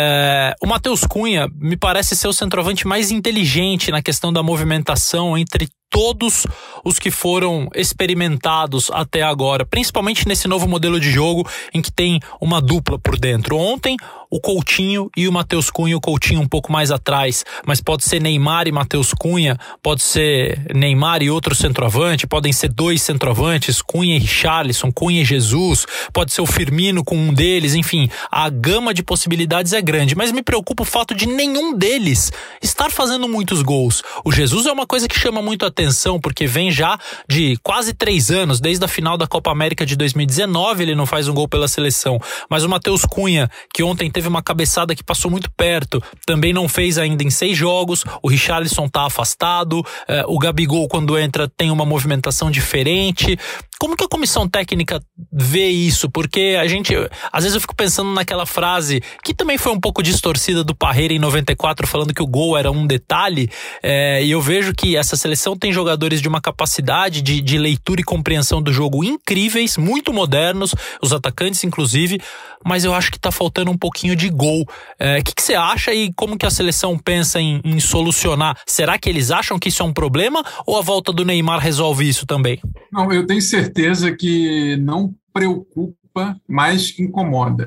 o Matheus Cunha me parece ser o centroavante mais inteligente na questão da movimentação entre todos os que foram experimentados até agora, principalmente nesse novo modelo de jogo em que tem uma dupla por dentro. Ontem, o Coutinho e o Matheus Cunha, o Coutinho um pouco mais atrás, mas pode ser Neymar e Matheus Cunha, pode ser Neymar e outro centroavante, podem ser dois centroavantes, Cunha e Richarlison, Cunha e Jesus, pode ser o Firmino com um deles, enfim, a gama de possibilidades é grande, mas me preocupa o fato de nenhum deles estar fazendo muitos gols. O Jesus é uma coisa que chama muito a atenção, porque vem já de quase 3 anos, desde a final da Copa América de 2019, ele não faz um gol pela seleção, mas o Matheus Cunha, que ontem teve uma cabeçada que passou muito perto, também não fez ainda em 6 jogos, o Richarlison tá afastado, o Gabigol quando entra tem uma movimentação diferente. Como que a comissão técnica vê isso? Porque às vezes eu fico pensando naquela frase, que também foi um pouco distorcida do Parreira em 94, falando que o gol era um detalhe, e eu vejo que essa seleção tem jogadores de uma capacidade de leitura e compreensão do jogo incríveis, muito modernos, os atacantes inclusive, mas eu acho que tá faltando um pouquinho de gol. O que você acha e como que a seleção pensa em solucionar? Será que eles acham que isso é um problema ou a volta do Neymar resolve isso também? Não, eu tenho certeza que não preocupa, mas incomoda.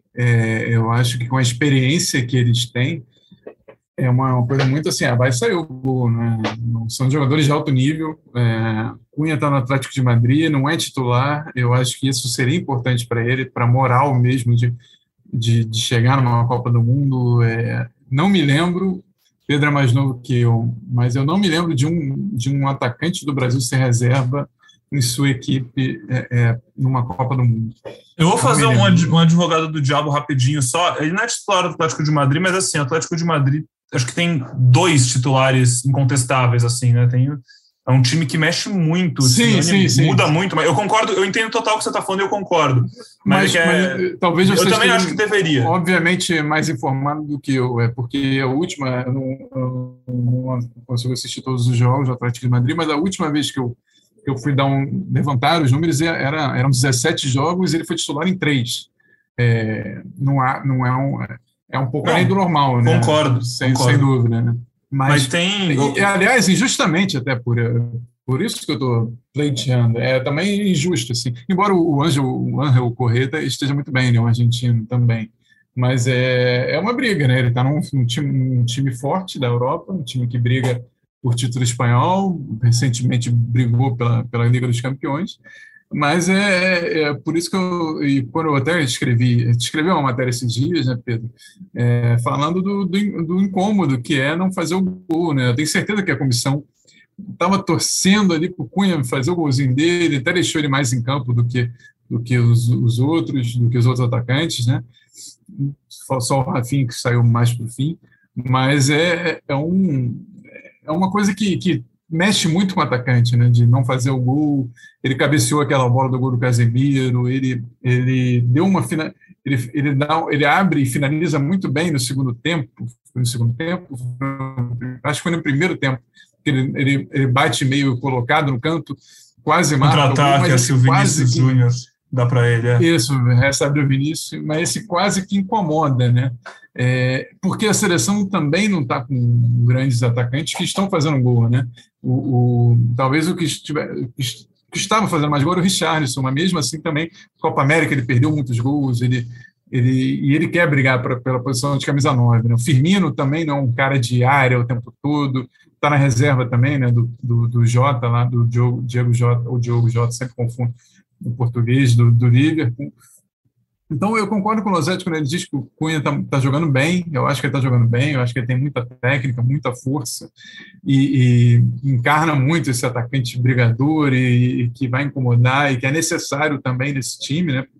Eu acho que com a experiência que eles têm, é uma coisa muito assim, vai sair o gol, né? São jogadores de alto nível, Cunha está no Atlético de Madrid, não é titular, eu acho que isso seria importante para ele, para a moral mesmo de chegar numa Copa do Mundo. Não me lembro, Pedro é mais novo que eu, mas eu não me lembro de um atacante do Brasil ser reserva em sua equipe numa Copa do Mundo. Eu vou fazer um advogado do diabo rapidinho só. Ele não é titular do Atlético de Madrid, mas assim, o Atlético de Madrid acho que tem 2 titulares incontestáveis, assim, né? É um time que mexe muito, sim. Muda muito, mas eu concordo, eu entendo total o que você está falando e eu concordo. Mas talvez eu também acho que deveria. Obviamente, mais informado do que eu, porque a última, eu não consigo assistir todos os jogos do Atlético de Madrid, mas a última vez que eu fui levantar os números, eram 17 jogos e ele foi titular em 3. É um pouco além do normal, né? Concordo. Sem dúvida, né? Mas tem... aliás, injustamente até por isso que eu estou pleiteando. É também injusto, assim. Embora o Ángel Correa esteja muito bem, né? O argentino também. Mas é uma briga, né? Ele está num time forte da Europa, um time que briga por título espanhol, recentemente brigou pela Liga dos Campeões, mas é por isso que quando eu até escrevi uma matéria esses dias, né, Pedro, falando do incômodo que é não fazer o gol, né? Eu tenho certeza que a comissão estava torcendo ali para o Cunha fazer o golzinho dele, até deixou ele mais em campo do que os outros atacantes, né? Só o Rafinha que saiu mais para o fim, mas é uma coisa que mexe muito com o atacante, né? De não fazer o gol. Ele cabeceou aquela bola do gol do Casemiro, ele deu uma ele abre e finaliza muito bem no segundo tempo. Acho que foi no primeiro tempo que ele bate meio colocado no canto, quase marca. Contra-ataque, assim, o Vinícius Júnior dá para ele. Isso, recebe o Vinícius, mas esse quase que incomoda, né? Porque a seleção também não está com grandes atacantes que estão fazendo gol, né? Talvez o que estava fazendo mais gol era o Richarlison, mas mesmo assim também, Copa América, ele perdeu muitos gols, ele quer brigar pela posição de camisa 9, né? O Firmino também não é um cara de área o tempo todo, está na reserva também, né? Do Jota lá, do Diego Jota, ou Diogo Jota, sempre confundo, do português, do Liverpool. Então, eu concordo com o Losetti quando ele diz que o Cunha está jogando bem. Eu acho que ele está jogando bem, eu acho que ele tem muita técnica, muita força e encarna muito esse atacante brigador e que vai incomodar e que é necessário também nesse time, né?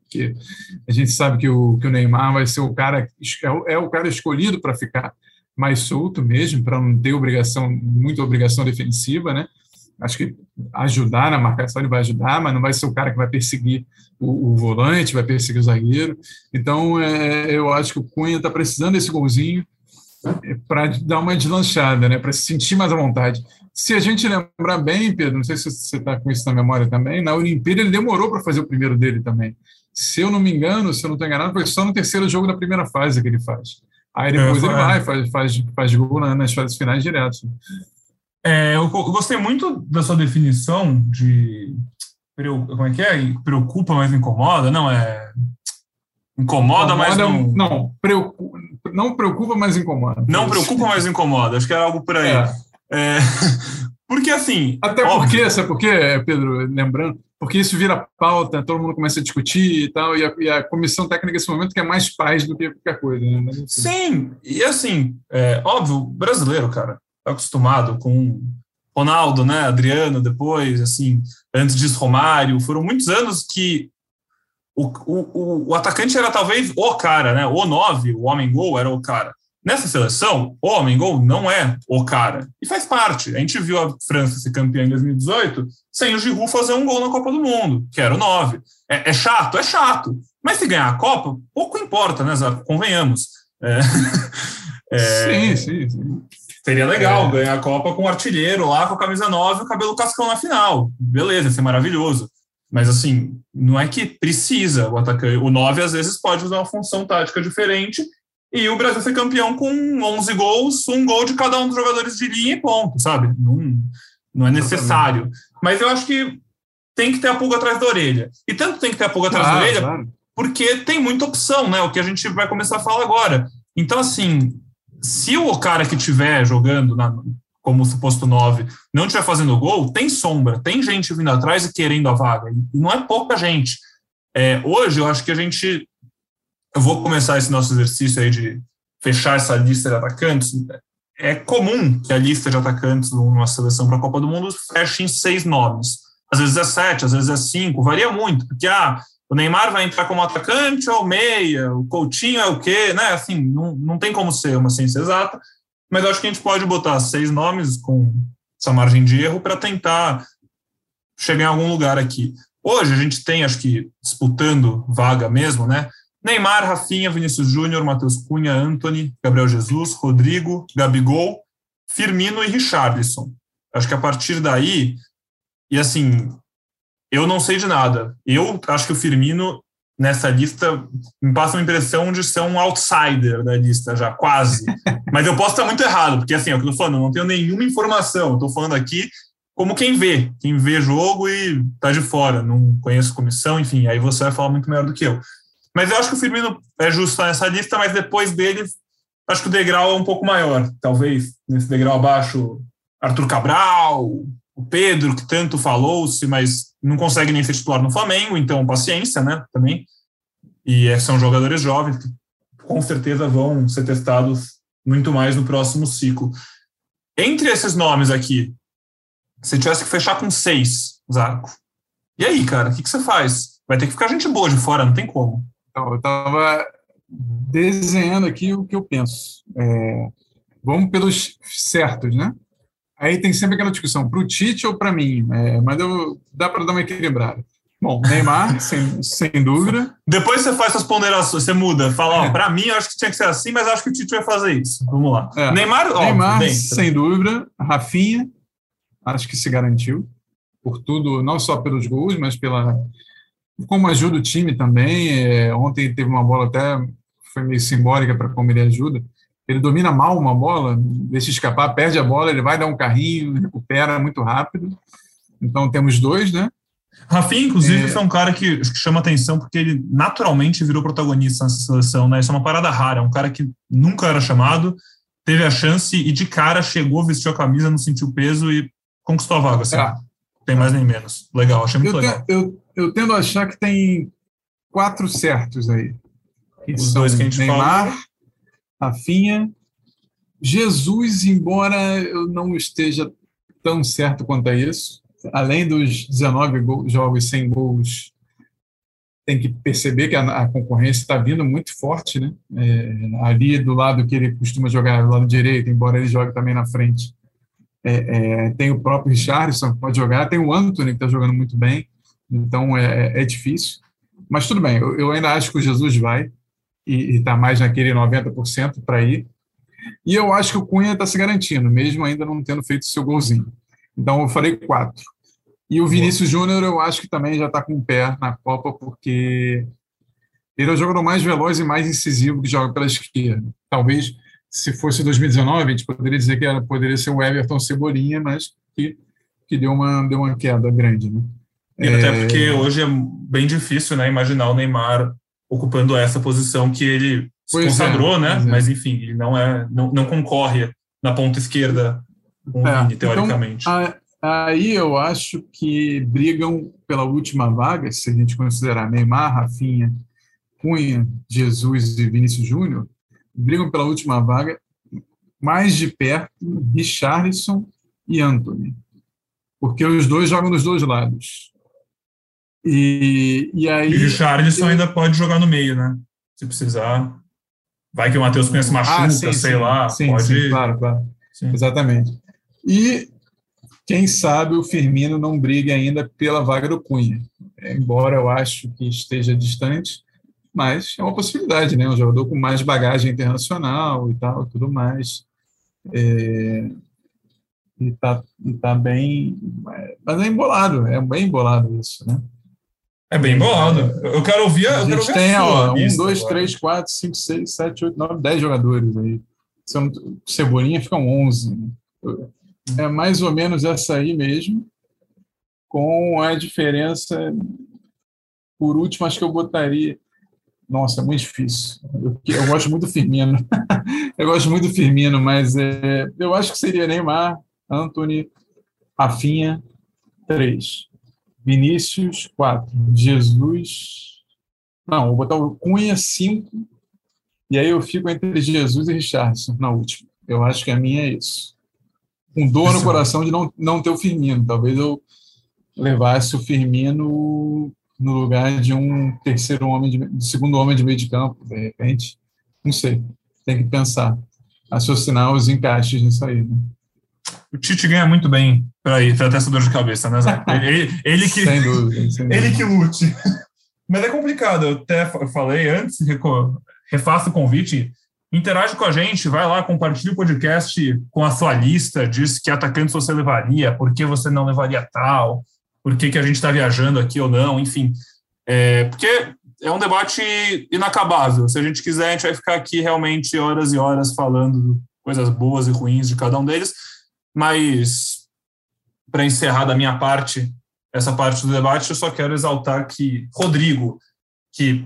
porque a gente sabe que o Neymar vai ser o cara escolhido para ficar mais solto mesmo, para não ter muita obrigação defensiva, né? Acho que ajudar na marcação ele vai ajudar, mas não vai ser o cara que vai perseguir o volante, vai perseguir o zagueiro. Então, eu acho que o Cunha está precisando desse golzinho para dar uma deslanchada, né? Para se sentir mais à vontade. Se a gente lembrar bem, Pedro, não sei se você está com isso na memória também, na Olimpíada ele demorou para fazer o primeiro dele também. Se eu não me engano, se eu não estou enganado, foi só no terceiro jogo da primeira fase que ele faz. Aí depois ele vai, faz gol nas fases finais direto. Eu gostei muito da sua definição de... Como é que é? Preocupa, mas incomoda? Não, incomoda, mas não... Não preocupa, mas incomoda. Não preocupa, mas incomoda. Acho que era algo por aí. Porque assim... Até porque, sabe por quê, Pedro? Lembrando, porque isso vira pauta, todo mundo começa a discutir e tal, e a comissão técnica nesse momento quer mais paz do que qualquer coisa. Né? Sim, e assim, óbvio, brasileiro, cara, tá acostumado com Ronaldo, né, Adriano, depois, assim, antes disso, Romário, foram muitos anos que o atacante era talvez o cara, né, o 9, o homem-gol era o cara. Nessa seleção, o homem-gol não é o cara. E faz parte. A gente viu a França ser campeã em 2018 sem o Giroud fazer um gol na Copa do Mundo, que era o 9. É chato? É chato. Mas se ganhar a Copa, pouco importa, né, Zarco? Convenhamos. Sim. Seria legal ganhar a Copa com o artilheiro lá, com a camisa 9 e o cabelo cascão na final. Beleza, ia ser maravilhoso. Mas, assim, não é que precisa o atacante. O 9, às vezes, pode usar uma função tática diferente. E o Brasil foi campeão com 11 gols, um gol de cada um dos jogadores de linha e ponto, sabe? Não é necessário. Mas eu acho que tem que ter a pulga atrás da orelha. E tanto tem que ter a pulga atrás da orelha, porque tem muita opção, né? O que a gente vai começar a falar agora. Então, assim, se o cara que estiver jogando como suposto 9 não estiver fazendo gol, tem sombra, tem gente vindo atrás e querendo a vaga. E não é pouca gente. Hoje, eu acho que eu vou começar esse nosso exercício aí de fechar essa lista de atacantes. É comum que a lista de atacantes numa seleção para a Copa do Mundo feche em 6 nomes. Às vezes é 7, às vezes é 5, varia muito, porque o Neymar vai entrar como atacante ou meia, o Coutinho é o quê, né? Assim, não tem como ser uma ciência exata, mas eu acho que a gente pode botar 6 nomes com essa margem de erro para tentar chegar em algum lugar aqui. Hoje a gente tem, acho que disputando vaga mesmo, né? Neymar, Rafinha, Vinícius Júnior, Matheus Cunha, Antony, Gabriel Jesus, Rodrigo, Gabigol, Firmino e Richarlison. Acho que a partir daí, e assim, eu não sei de nada. Eu acho que o Firmino, nessa lista, me passa uma impressão de ser um outsider da lista já, quase. Mas eu posso estar muito errado, porque assim, é o que eu estou falando, eu não tenho nenhuma informação. Eu estou falando aqui como quem vê jogo e está de fora, não conheço comissão, enfim, aí você vai falar muito melhor do que eu. Mas eu acho que o Firmino é justo nessa lista, mas depois dele, acho que o degrau é um pouco maior. Talvez nesse degrau abaixo, Arthur Cabral, o Pedro, que tanto falou-se, mas não consegue nem ser titular no Flamengo, então paciência, né, também. E são jogadores jovens que com certeza vão ser testados muito mais no próximo ciclo. Entre esses nomes aqui, se tivesse que fechar com 6, Zarco, e aí, cara, o que você faz? Vai ter que ficar gente boa de fora, não tem como. Eu estava desenhando aqui o que eu penso. Vamos pelos certos, né? Aí tem sempre aquela discussão, para o Tite ou para mim? Mas dá para dar uma equilibrada. Bom, Neymar, sem dúvida. Depois você faz suas ponderações, você muda, fala, para mim eu acho que tinha que ser assim, mas acho que o Tite vai fazer isso. Vamos lá. Neymar, óbvio, sem dúvida. Rafinha, acho que se garantiu. Por tudo, não só pelos gols, mas como ajuda o time também. Ontem teve uma bola até, foi meio simbólica para como ele ajuda. Ele domina mal uma bola, deixa escapar, perde a bola, ele vai dar um carrinho, recupera muito rápido. Então temos 2, né? Rafinha, inclusive, foi um cara que chama atenção porque ele naturalmente virou protagonista nessa seleção, né? Isso é uma parada rara, é um cara que nunca era chamado, teve a chance e de cara chegou, vestiu a camisa, não sentiu peso e conquistou a vaga, assim. Tem mais nem menos. Legal, achei muito legal. Eu tendo a achar que tem 4 certos aí. Os 2 que a gente Neymar, fala. Rafinha, Jesus, embora eu não esteja tão certo quanto a isso, além dos 19 jogos sem gols, tem que perceber que a concorrência está vindo muito forte, né? Ali do lado que ele costuma jogar, do lado direito, embora ele jogue também na frente, tem o próprio Richarlison que pode jogar, tem o Antony que está jogando muito bem, então é difícil. Mas tudo bem, eu ainda acho que o Jesus vai e está mais naquele 90% para ir. E eu acho que o Cunha está se garantindo, mesmo ainda não tendo feito seu golzinho. Então eu falei 4. E o Vinícius Júnior eu acho que também já está com o pé na Copa, porque ele é o jogador mais veloz e mais incisivo que joga pela esquerda. Talvez, se fosse 2019, a gente poderia dizer que poderia ser o Everton Cebolinha, mas que deu uma queda grande, né? E até porque hoje é bem difícil, né, imaginar o Neymar ocupando essa posição que ele se consagrou, né? Mas, enfim, ele não concorre na ponta esquerda com o Vini, teoricamente. Então, aí eu acho que brigam pela última vaga, se a gente considerar Neymar, Rafinha, Cunha, Jesus e Vinícius Júnior, brigam pela última vaga mais de perto Richarlison e Antony, porque os dois jogam dos dois lados. E aí... E o Richarlison ainda pode jogar no meio, né? Se precisar. Vai que o Matheus Cunha se machuca, sei lá. Pode... Sim, claro. Sim. Exatamente. E quem sabe o Firmino não brigue ainda pela vaga do Cunha. Embora eu acho que esteja distante, mas é uma possibilidade, né? Um jogador com mais bagagem internacional e tal, tudo mais. E tá bem... Mas é bem embolado isso, né? É bem embolado. Eu quero ouvir a gente tem, 1, 2, 3, 4, 5, 6, 7, 8, 9, 10 jogadores aí. Cebolinha ficam 11. Né? É mais ou menos essa aí mesmo, com a diferença. Por último, acho que eu botaria... Nossa, é muito difícil. Eu gosto muito do Firmino. Mas eu acho que seria Neymar, Antony, Rafinha, 3. Vinícius, 4. Jesus... Não, vou botar o Cunha, 5. E aí eu fico entre Jesus e Richarlison na última. Eu acho que a minha é isso. Com dor no coração de não ter o Firmino. Talvez eu levasse o Firmino no lugar de um segundo homem de meio de campo, de repente. Não sei. Tem que pensar. Raciocinar os encaixes nisso aí, né? O Tite ganha muito bem para ter essa dor de cabeça, né, Zé? Ele que, sem dúvida. Ele que lute. Mas é complicado. Eu até falei antes, refaço o convite, interage com a gente, vai lá, compartilha o podcast com a sua lista, diz que atacantes você levaria, por que você não levaria tal, por que a gente está viajando aqui ou não, enfim. Porque é um debate inacabável. Se a gente quiser, a gente vai ficar aqui realmente horas e horas falando coisas boas e ruins de cada um deles. Mas, para encerrar da minha parte, essa parte do debate, eu só quero exaltar que Rodrigo, que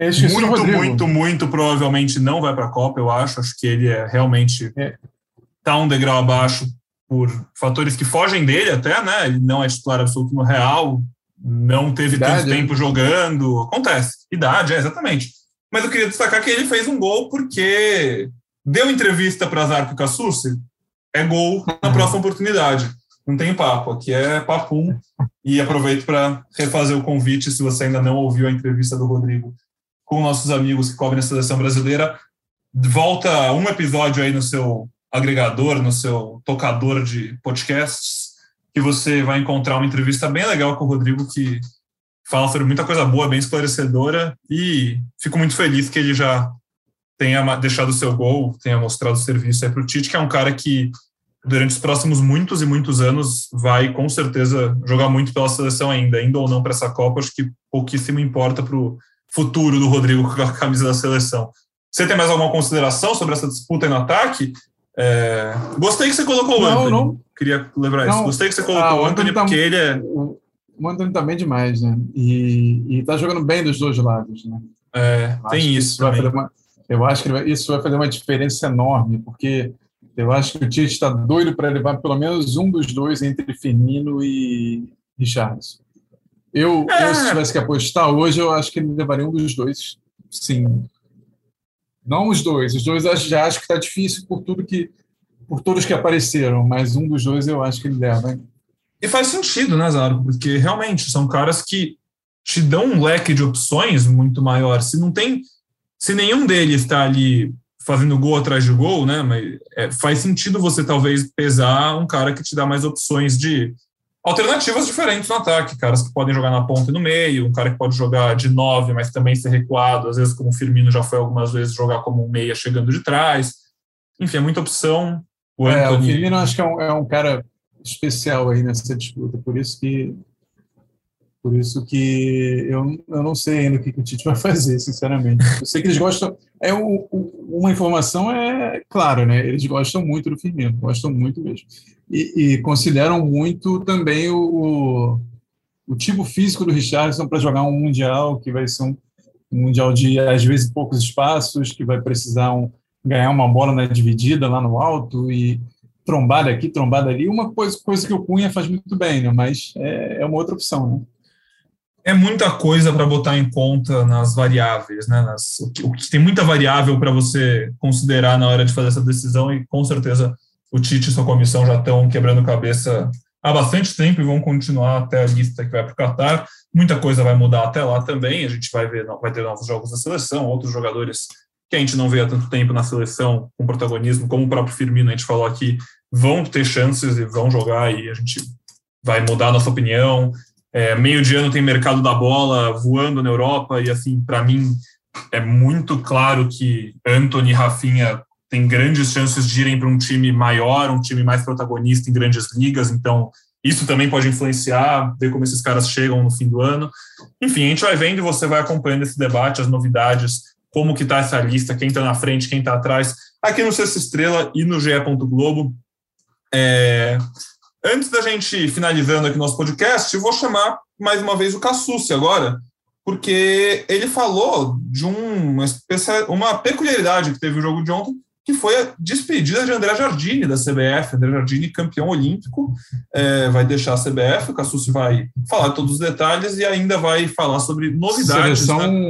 muito provavelmente não vai para a Copa, eu acho que ele realmente está um degrau abaixo por fatores que fogem dele até, né? Ele não é titular absoluto no Real, não teve tanto tempo jogando, acontece, idade, exatamente. Mas eu queria destacar que ele fez um gol porque deu entrevista para Zarco Cassucci, é gol na próxima oportunidade. Não tem papo, aqui é papum. E aproveito para refazer o convite, se você ainda não ouviu a entrevista do Rodrigo com nossos amigos que cobrem a seleção brasileira, volta um episódio aí no seu agregador, no seu tocador de podcasts, que você vai encontrar uma entrevista bem legal com o Rodrigo, que fala sobre muita coisa boa, bem esclarecedora, e fico muito feliz que ele já tenha deixado o seu gol, tenha mostrado o serviço aí para o Tite, que é um cara que, durante os próximos muitos e muitos anos, vai, com certeza, jogar muito pela seleção ainda ou não para essa Copa. Acho que pouquíssimo importa para o futuro do Rodrigo com a camisa da seleção. Você tem mais alguma consideração sobre essa disputa aí no ataque? Gostei que você colocou o Antony. Não. Queria lembrar isso. Gostei que você colocou o Antony, porque ele é... O Antony está bem demais, né? E está jogando bem dos dois lados, né? Tem isso eu acho que isso vai fazer uma diferença enorme, porque eu acho que o Tite está doido para levar pelo menos um dos dois entre Firmino e Richarlison. Se tivesse que apostar hoje, eu acho que ele levaria um dos dois, sim. Não os dois já acho que está difícil por todos que apareceram, mas um dos dois eu acho que ele leva. Hein? E faz sentido, né, Zaro? Porque realmente são caras que te dão um leque de opções muito maior. Se nenhum deles está ali fazendo gol atrás de gol, né? Mas faz sentido você talvez pesar um cara que te dá mais opções de alternativas diferentes no ataque, caras que podem jogar na ponta e no meio, um cara que pode jogar de 9, mas também ser recuado, às vezes como o Firmino já foi algumas vezes jogar como um meia chegando de trás. Enfim, é muita opção. O Firmino acho que é um cara especial aí nessa disputa, por isso que eu não sei ainda o que o Tite vai fazer, sinceramente. Eu sei que eles gostam. Uma informação é clara, né? Eles gostam muito do Firmino, gostam muito mesmo. E consideram muito também o tipo físico do Richarlison para jogar um Mundial, que vai ser um Mundial de, às vezes, poucos espaços, que vai precisar ganhar uma bola na dividida lá no alto e trombada aqui, trombada ali. Uma coisa que o Cunha faz muito bem, né? Mas é uma outra opção, né? É muita coisa para botar em conta nas variáveis, né? O que tem muita variável para você considerar na hora de fazer essa decisão, e com certeza o Tite e sua comissão já estão quebrando cabeça há bastante tempo e vão continuar até a lista que vai para o Qatar. Muita coisa vai mudar até lá também. A gente vai ter novos jogos da seleção, outros jogadores que a gente não vê há tanto tempo na seleção com protagonismo, como o próprio Firmino, a gente falou aqui, vão ter chances e vão jogar, e a gente vai mudar a nossa opinião. Meio de ano tem mercado da bola voando na Europa, e assim, para mim é muito claro que Antony e Rafinha têm grandes chances de irem para um time maior, um time mais protagonista em grandes ligas, então isso também pode influenciar, ver como esses caras chegam no fim do ano. Enfim, a gente vai vendo e você vai acompanhando esse debate, as novidades, como que está essa lista, quem está na frente, quem está atrás, aqui no Sexta Estrela e no GE. Globo. Antes da gente finalizando aqui nosso podcast, eu vou chamar mais uma vez o Cassucci agora, porque ele falou de uma peculiaridade que teve o jogo de ontem, que foi a despedida de André Jardine da CBF. André Jardine, campeão olímpico, vai deixar a CBF, o Cassucci vai falar todos os detalhes e ainda vai falar sobre novidades.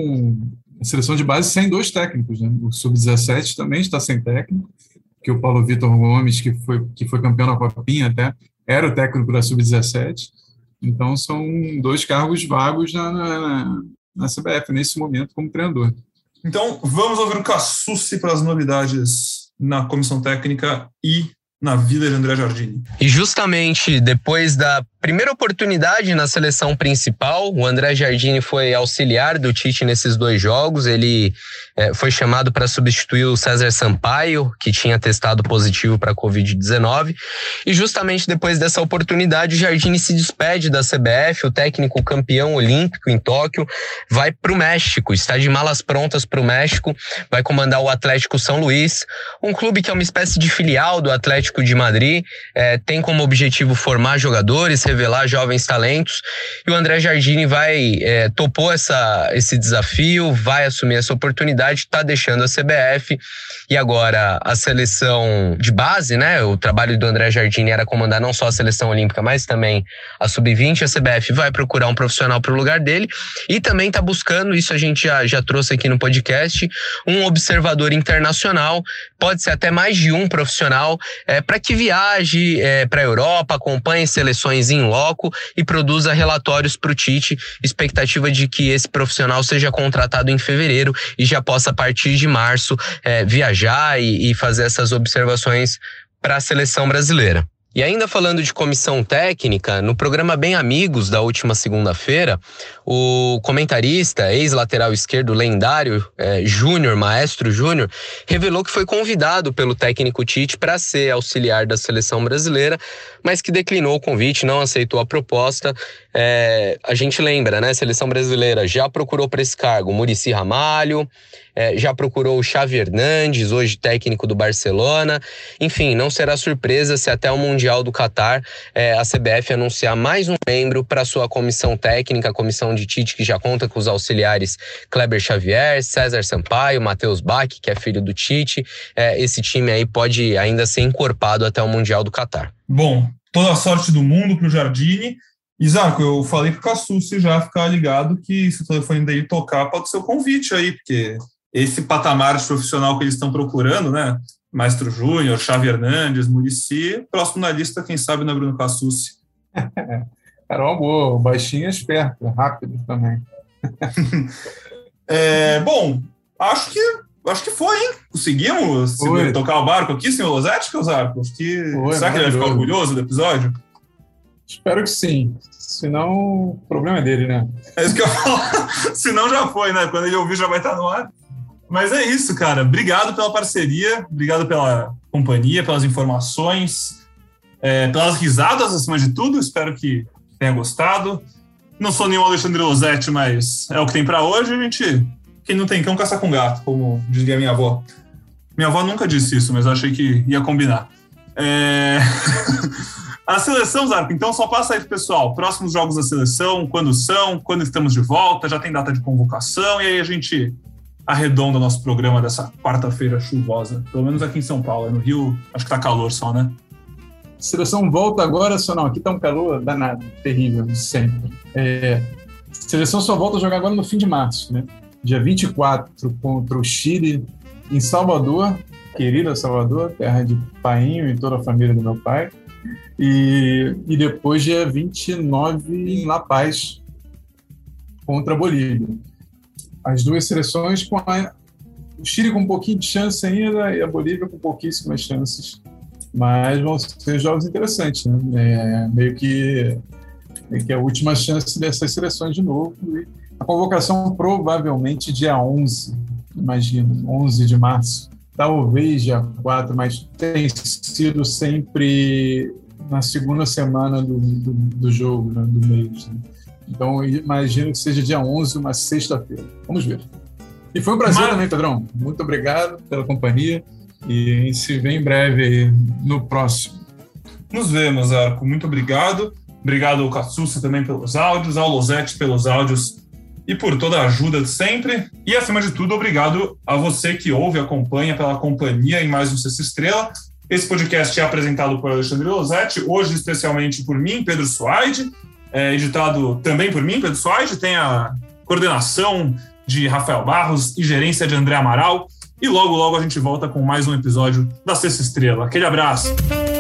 A seleção de base sem 2 técnicos, né? O Sub-17 também está sem técnico, que o Paulo Vitor Gomes, que foi campeão na Copinha até, era o técnico da Sub-17. Então, são 2 cargos vagos na CBF, nesse momento, como treinador. Então, vamos ouvir o Cassucci para as novidades na comissão técnica e na vida de André Jardine. E justamente depois da primeira oportunidade na seleção principal, o André Jardine foi auxiliar do Tite nesses 2 jogos. Ele foi chamado para substituir o César Sampaio, que tinha testado positivo para a Covid-19. E justamente depois dessa oportunidade, o Jardine se despede da CBF. O técnico campeão olímpico em Tóquio vai para o México, está de malas prontas para o México, vai comandar o Atlético São Luís, um clube que é uma espécie de filial do Atlético de Madrid, tem como objetivo formar jogadores, revelar jovens talentos, e o André Jardine topou esse desafio, vai assumir essa oportunidade, está deixando a CBF, e agora a seleção de base, né? O trabalho do André Jardine era comandar não só a seleção olímpica, mas também a Sub-20. A CBF vai procurar um profissional para o lugar dele, e também está buscando, isso a gente já trouxe aqui no podcast, um observador internacional, pode ser até mais de um profissional, para que viaje para a Europa, acompanhe seleções em loco e produza relatórios para o Tite. Expectativa de que esse profissional seja contratado em fevereiro e já possa, a partir de março, viajar e fazer essas observações para a seleção brasileira. E ainda falando de comissão técnica, no programa Bem Amigos da última segunda-feira, o comentarista, ex-lateral esquerdo lendário, Júnior, Maestro Júnior, revelou que foi convidado pelo técnico Tite para ser auxiliar da seleção brasileira, mas que declinou o convite, não aceitou a proposta. A gente lembra, né? A seleção brasileira já procurou para esse cargo Muricy Ramalho, já procurou o Xavi Hernandes, hoje técnico do Barcelona. Enfim, não será surpresa se até o Mundial do Qatar a CBF anunciar mais um membro para sua comissão técnica, a comissão de Tite, que já conta com os auxiliares Kleber Xavier, César Sampaio, Matheus Bach, que é filho do Tite. Esse time aí pode ainda ser encorpado até o Mundial do Qatar. Bom, toda a sorte do mundo para o Jardine. Isaac, eu falei para o Cassucci já ficar ligado que se o telefone dele tocar, pode ser o convite aí, porque esse patamar de profissional que eles estão procurando, né? Maestro Júnior, Xavi Hernandes, Muricy, próximo na lista, quem sabe, não é Bruno Cassucci. Carol, boa. Baixinho é esperto, rápido também. Bom, acho que foi, hein? Conseguimos tocar o barco aqui, senhor Losetti, Zarco? Será que ele vai ficar orgulhoso do episódio? Espero que sim. Senão, o problema é dele, né? É isso que eu falo. Senão já foi, né? Quando ele ouvir, já vai estar no ar. Mas é isso, cara. Obrigado pela parceria, obrigado pela companhia, pelas informações, pelas risadas, acima de tudo. Espero que tenha gostado. Não sou nenhum Alexandre Losetti, mas é o que tem pra hoje. Quem não tem cão, caça com gato, como dizia minha avó. Minha avó nunca disse isso, mas eu achei que ia combinar. A seleção, Zarco, então só passa aí pro pessoal. Próximos jogos da seleção, quando são, quando estamos de volta, já tem data de convocação, e aí a gente arredonda o nosso programa dessa quarta-feira chuvosa. Pelo menos aqui em São Paulo. No Rio, acho que tá calor só, né? A seleção volta agora, só não. Aqui tá um calor danado, terrível, sempre. A seleção só volta a jogar agora no fim de março, né? Dia 24 contra o Chile, em Salvador, querida Salvador, terra de Painho e toda a família do meu pai. E depois, dia 29, em La Paz, contra a Bolívia. As duas seleções, o Chile com um pouquinho de chance ainda e a Bolívia com pouquíssimas chances. Mas vão ser jogos interessantes, né? Meio que a última chance dessas seleções de novo. E a convocação provavelmente dia 11, imagino, 11 de março. Talvez dia 4, mas tem sido sempre na segunda semana do jogo, né, do mês. Né? Então, imagino que seja dia 11, uma sexta-feira. Vamos ver. E foi um prazer também, Pedrão. Muito obrigado pela companhia e a gente se vê em breve aí no próximo. Nos vemos, Arco. Muito obrigado. Obrigado ao Katsusa também pelos áudios, ao Losetti pelos áudios e por toda a ajuda de sempre. E, acima de tudo, obrigado a você que ouve e acompanha pela companhia em mais um Sexta Estrela. Esse podcast é apresentado por Alexandre Losetti, hoje especialmente por mim, Pedro Suaide, editado também por mim, Pedro Suaide, tem a coordenação de Rafael Barros e gerência de André Amaral. E logo, logo a gente volta com mais um episódio da Sexta Estrela. Aquele abraço!